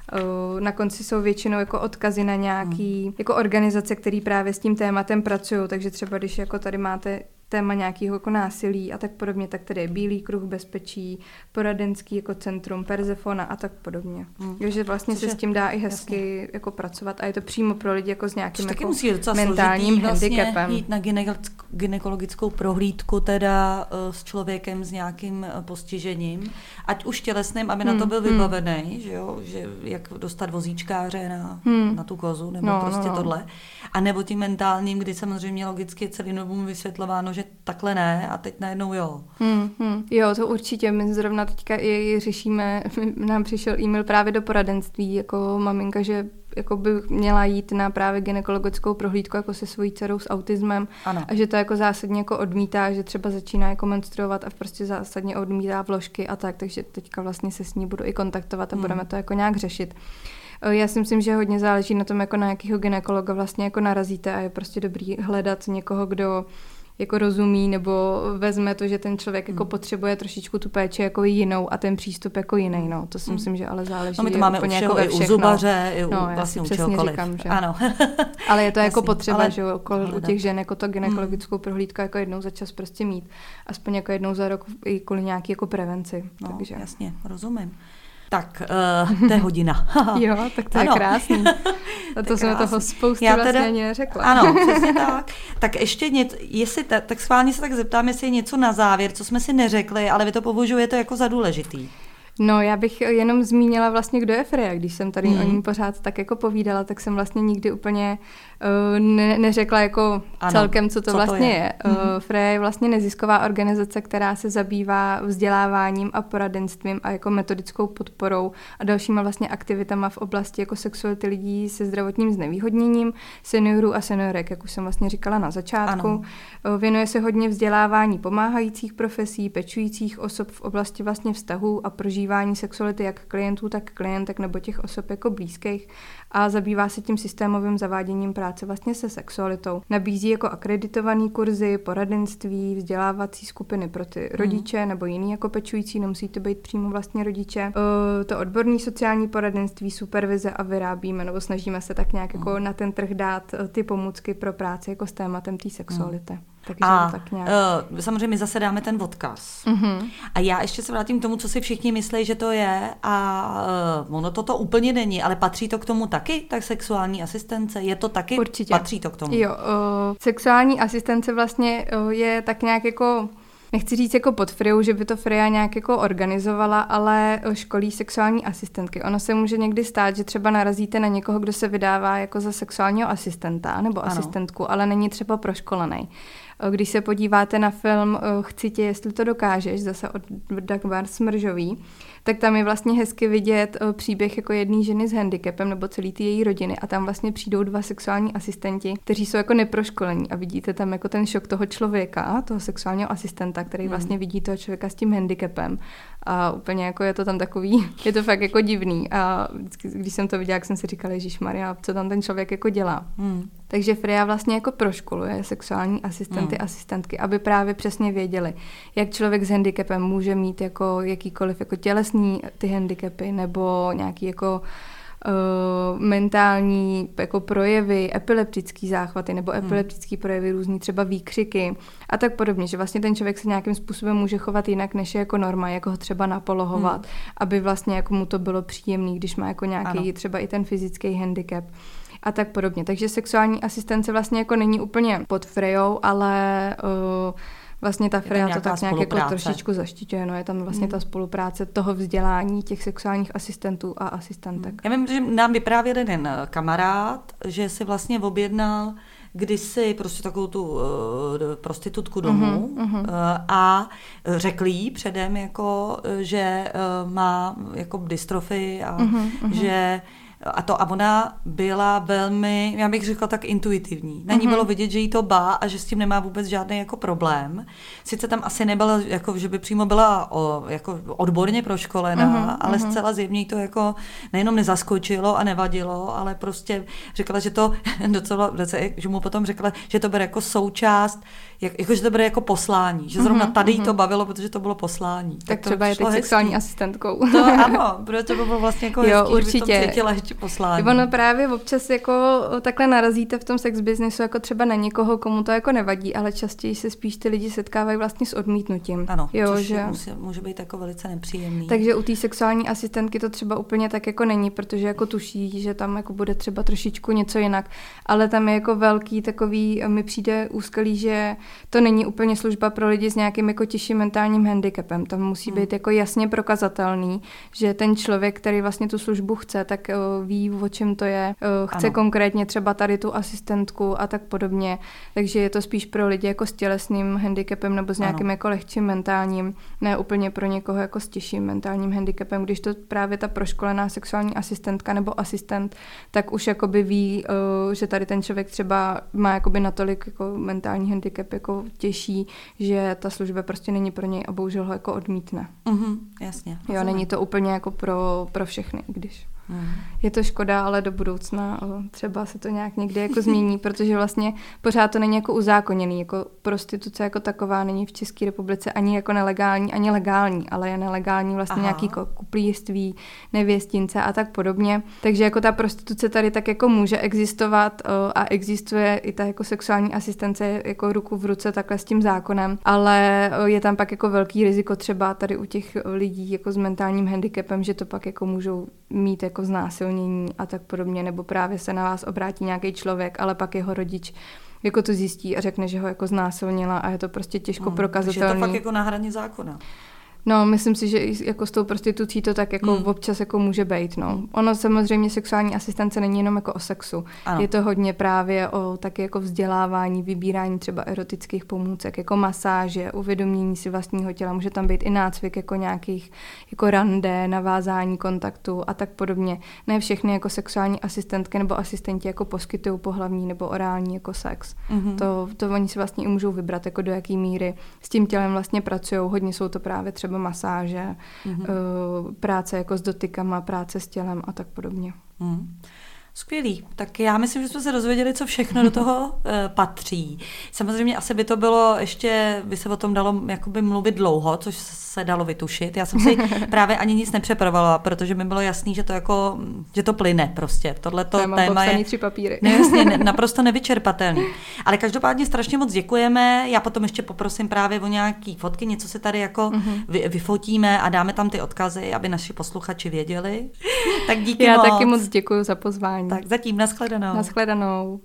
Na konci jsou většinou jako odkazy na nějaký jako organizace, které právě s tím tématem pracují, takže třeba když jako tady máte téma nějakého jako násilí a tak podobně, tak tady je Bílý kruh bezpečí, poradenský jako centrum, Persefona a tak podobně. Takže vlastně se s tím dá i hezky jako pracovat a je to přímo pro lidi jako s nějakým jako mentálním handicapem. Vlastně jít na gynekologickou prohlídku teda s člověkem s nějakým postižením, ať už tělesným, aby na to byl vybavený, že jo, že jak dostat vozíčkáře na tu kozu, nebo tohle. A nebo tím mentálním, kdy samozřejmě logicky celý dobu vysvětlováno, že takhle ne a teď najednou jo. Jo, to určitě. My zrovna teďka i řešíme, nám přišel e-mail právě do poradenství, jako maminka, že jako by měla jít na právě gynekologickou prohlídku jako se svojí dcerou s autismem a že to jako zásadně jako odmítá, že třeba začíná jako menstruovat a prostě zásadně odmítá vložky a tak, takže teďka vlastně se s ní budu i kontaktovat a budeme to jako nějak řešit. Já si myslím, že hodně záleží na tom, jako na jakýho gynekologa vlastně jako narazíte a je prostě dobrý hledat někoho, kdo jako rozumí nebo vezme to, že ten člověk jako potřebuje trošičku tu péči jako jinou a ten přístup jako jiný. No, to si myslím, že ale záleží. No my to máme u všeho, i u zubaře, i u vlastně u čehokoliv. Říkám, že. Ano. Ale je to jako potřeba, že u těch žen jako to gynekologickou prohlídku jako jednou za čas prostě mít. Aspoň jako jednou za rok i kvůli nějaký jako prevenci. No, takže. Jasně, rozumím. Tak, to je hodina. Jo, tak to je krásný. A to jsme toho spoustu vlastně ani neřekla. Ano, přesně tak. Tak ještě něco, tak schválně se tak zeptám, jestli je něco na závěr, co jsme si neřekli, ale vy to považujete jako za důležitý. No, já bych jenom zmínila vlastně, kdo je Freja. Když jsem tady o ní pořád tak jako povídala, tak jsem vlastně nikdy úplně neřekla jako celkem, co to vlastně je. Freja je vlastně nezisková organizace, která se zabývá vzděláváním a poradenstvím a jako metodickou podporou a dalšíma vlastně aktivitama v oblasti jako sexuality lidí se zdravotním znevýhodněním, seniorů a seniorek, jak už jsem vlastně říkala na začátku. Ano. Věnuje se hodně vzdělávání pomáhajících profesí, pečujících osob v oblasti vlastně vztahů a prožívání sexuality jak klientů, tak klientek nebo těch osob jako blízkých a zabývá se tím systémovým zaváděním práce vlastně se sexualitou. Nabízí jako akreditovaný kurzy, poradenství, vzdělávací skupiny pro ty rodiče nebo jiný jako pečující, nemusí to být přímo vlastně rodiče. To odborný sociální poradenství, supervize a vyrábíme nebo snažíme se tak nějak jako na ten trh dát ty pomůcky pro práci jako s tématem té sexuality. A tak nějak. Samozřejmě my zase dáme ten odkaz. A já ještě se vrátím k tomu, co si všichni myslí, že to je a ono to úplně není, ale patří to k tomu taky, tak sexuální asistence, je to taky? Určitě. Patří to k tomu? Jo, sexuální asistence vlastně je tak nějak jako nechci říct jako pod Freou, že by to Freja nějak jako organizovala, ale školí sexuální asistentky. Ono se může někdy stát, že třeba narazíte na někoho, kdo se vydává jako za sexuálního asistenta nebo asistentku, ale není třeba proškolený. Když se podíváte na film Chci tě, jestli to dokážeš, zase od Dagmar Smržový, tak tam je vlastně hezky vidět příběh jako jedné ženy s handicapem nebo celý ty její rodiny a tam vlastně přijdou 2 sexuální asistenti, kteří jsou jako neproškolení a vidíte tam jako ten šok toho člověka, toho sexuálního asistenta, který vlastně vidí toho člověka s tím handicapem a úplně jako je to tam takový, je to fakt jako divný a když jsem to viděla, jak jsem si říkala, Ježišmarja, co tam ten člověk jako dělá. Takže Freja vlastně jako proškoluje sexuální asistenty, asistentky, aby právě přesně věděli, jak člověk s handicapem může mít jako jakýkoliv jako tělesný ty handicapy nebo nějaký jako mentální jako projevy, epileptický záchvaty nebo epileptický projevy, různý třeba výkřiky a tak podobně, že vlastně ten člověk se nějakým způsobem může chovat jinak, než je jako norma, jako ho třeba napolohovat, aby vlastně jako mu to bylo příjemný, když má jako nějaký třeba i ten fyzický handicap a tak podobně. Takže sexuální asistence vlastně jako není úplně pod Frejou, ale vlastně ta Freja to tak nějak jako trošičku zaštiťuje. No, je tam vlastně ta spolupráce toho vzdělání těch sexuálních asistentů a asistentek. Já vím, že nám vyprávěl jeden kamarád, že si vlastně objednal kdysi prostě takovou tu prostitutku domů a řekl jí předem, jako, že má jako dystrofii a že a ona byla velmi, já bych řekla tak intuitivní. Na ní bylo vidět, že jí to bá a že s tím nemá vůbec žádný jako problém. Sice tam asi nebyla, jako, že by přímo byla jako odborně proškolená, ale zcela zjevně to jako nejenom nezaskočilo a nevadilo, ale prostě řekla, že to docela, že mu potom řekla, že to bere jako součást, jako, že to bere jako poslání, že zrovna tady jí to bavilo, protože to bylo poslání. Tak třeba je teď sexuální asistentkou. To ano, protože to bylo vlastně jako hezký, určitě. Že by to cítila ještě poslání. Ono právě občas jako takhle narazíte v tom sex businessu jako třeba na někoho, komu to jako nevadí, ale častěji se spíš ty lidi setkávají vlastně s odmítnutím. Ano, což může být jako velice nepříjemný. Takže u té sexuální asistentky to třeba úplně tak jako není, protože jako tuší, že tam jako bude třeba trošičku něco jinak, ale tam je jako velký takový, mi přijde úskalí, že to není úplně služba pro lidi s nějakým jako těžším mentálním handicapem. Tam musí být jako jasně prokazatelný, že ten člověk, který vlastně tu službu chce, tak ví, o čem to je, chce konkrétně třeba tady tu asistentku a tak podobně. Takže je to spíš pro lidi jako s tělesným handicapem nebo s nějakým jako lehčím mentálním, ne úplně pro někoho jako s těžším mentálním handicapem. Když to právě ta proškolená sexuální asistentka nebo asistent, tak už jakoby ví, že tady ten člověk třeba má jakoby natolik jako mentální handicap jako těžší, že ta služba prostě není pro něj a bohužel ho jako odmítne. Jasně. Jo, není to úplně jako pro všechny, když... Je to škoda, ale do budoucna třeba se to nějak někdy jako změní, protože vlastně pořád to není jako uzákoněný, jako prostituce jako taková není v České republice ani jako nelegální, ani legální, ale je nelegální vlastně nějaký kuplíství, nevěstince a tak podobně. Takže jako ta prostituce tady tak jako může existovat a existuje i ta jako sexuální asistence jako ruku v ruce takhle s tím zákonem, ale je tam pak jako velký riziko třeba tady u těch lidí jako s mentálním handicapem, že to pak jako můžou mít jako znásilnění a tak podobně, nebo právě se na vás obrátí nějaký člověk, ale pak jeho rodič jako to zjistí a řekne, že ho jako znásilnila a je to prostě těžko prokazatelný. Takže je to fakt jako na hraně zákona. No, myslím si, že i jako s tou prostitucí to tak jako občas jako může být, no. Ono samozřejmě sexuální asistence není jenom jako o sexu. Ano. Je to hodně právě o taky jako vzdělávání, vybírání třeba erotických pomůcek, jako masáže, uvědomění si vlastního těla. Může tam být i nácvik jako nějakých jako rande, navázání kontaktu a tak podobně. Ne všechny jako sexuální asistentky nebo asistenti jako poskytují pohlavní nebo orální jako sex. To oni si vlastně i můžou vybrat, jako do jaký míry s tím tělem vlastně pracují. Hodně jsou to právě třeba masáže, práce jako s dotykama, práce s tělem a tak podobně. Skvělý. Tak já myslím, že jsme se dozvěděli, co všechno do toho patří. Samozřejmě asi by to bylo ještě, by se o tom dalo jakoby mluvit dlouho, což se dalo vytušit. Já jsem si právě ani nic nepřepravovala, protože mi bylo jasný, že to jako, že to plyne prostě. Tohleto téma je 3 papíry. Naprosto nevyčerpatelný. Ale každopádně strašně moc děkujeme. Já potom ještě poprosím právě o nějaký fotky, něco si tady jako vyfotíme a dáme tam ty odkazy, aby naši posluchači věděli. Tak díky moc. Já taky moc děkuji za pozvání. Tak zatím, nashledanou. Nashledanou.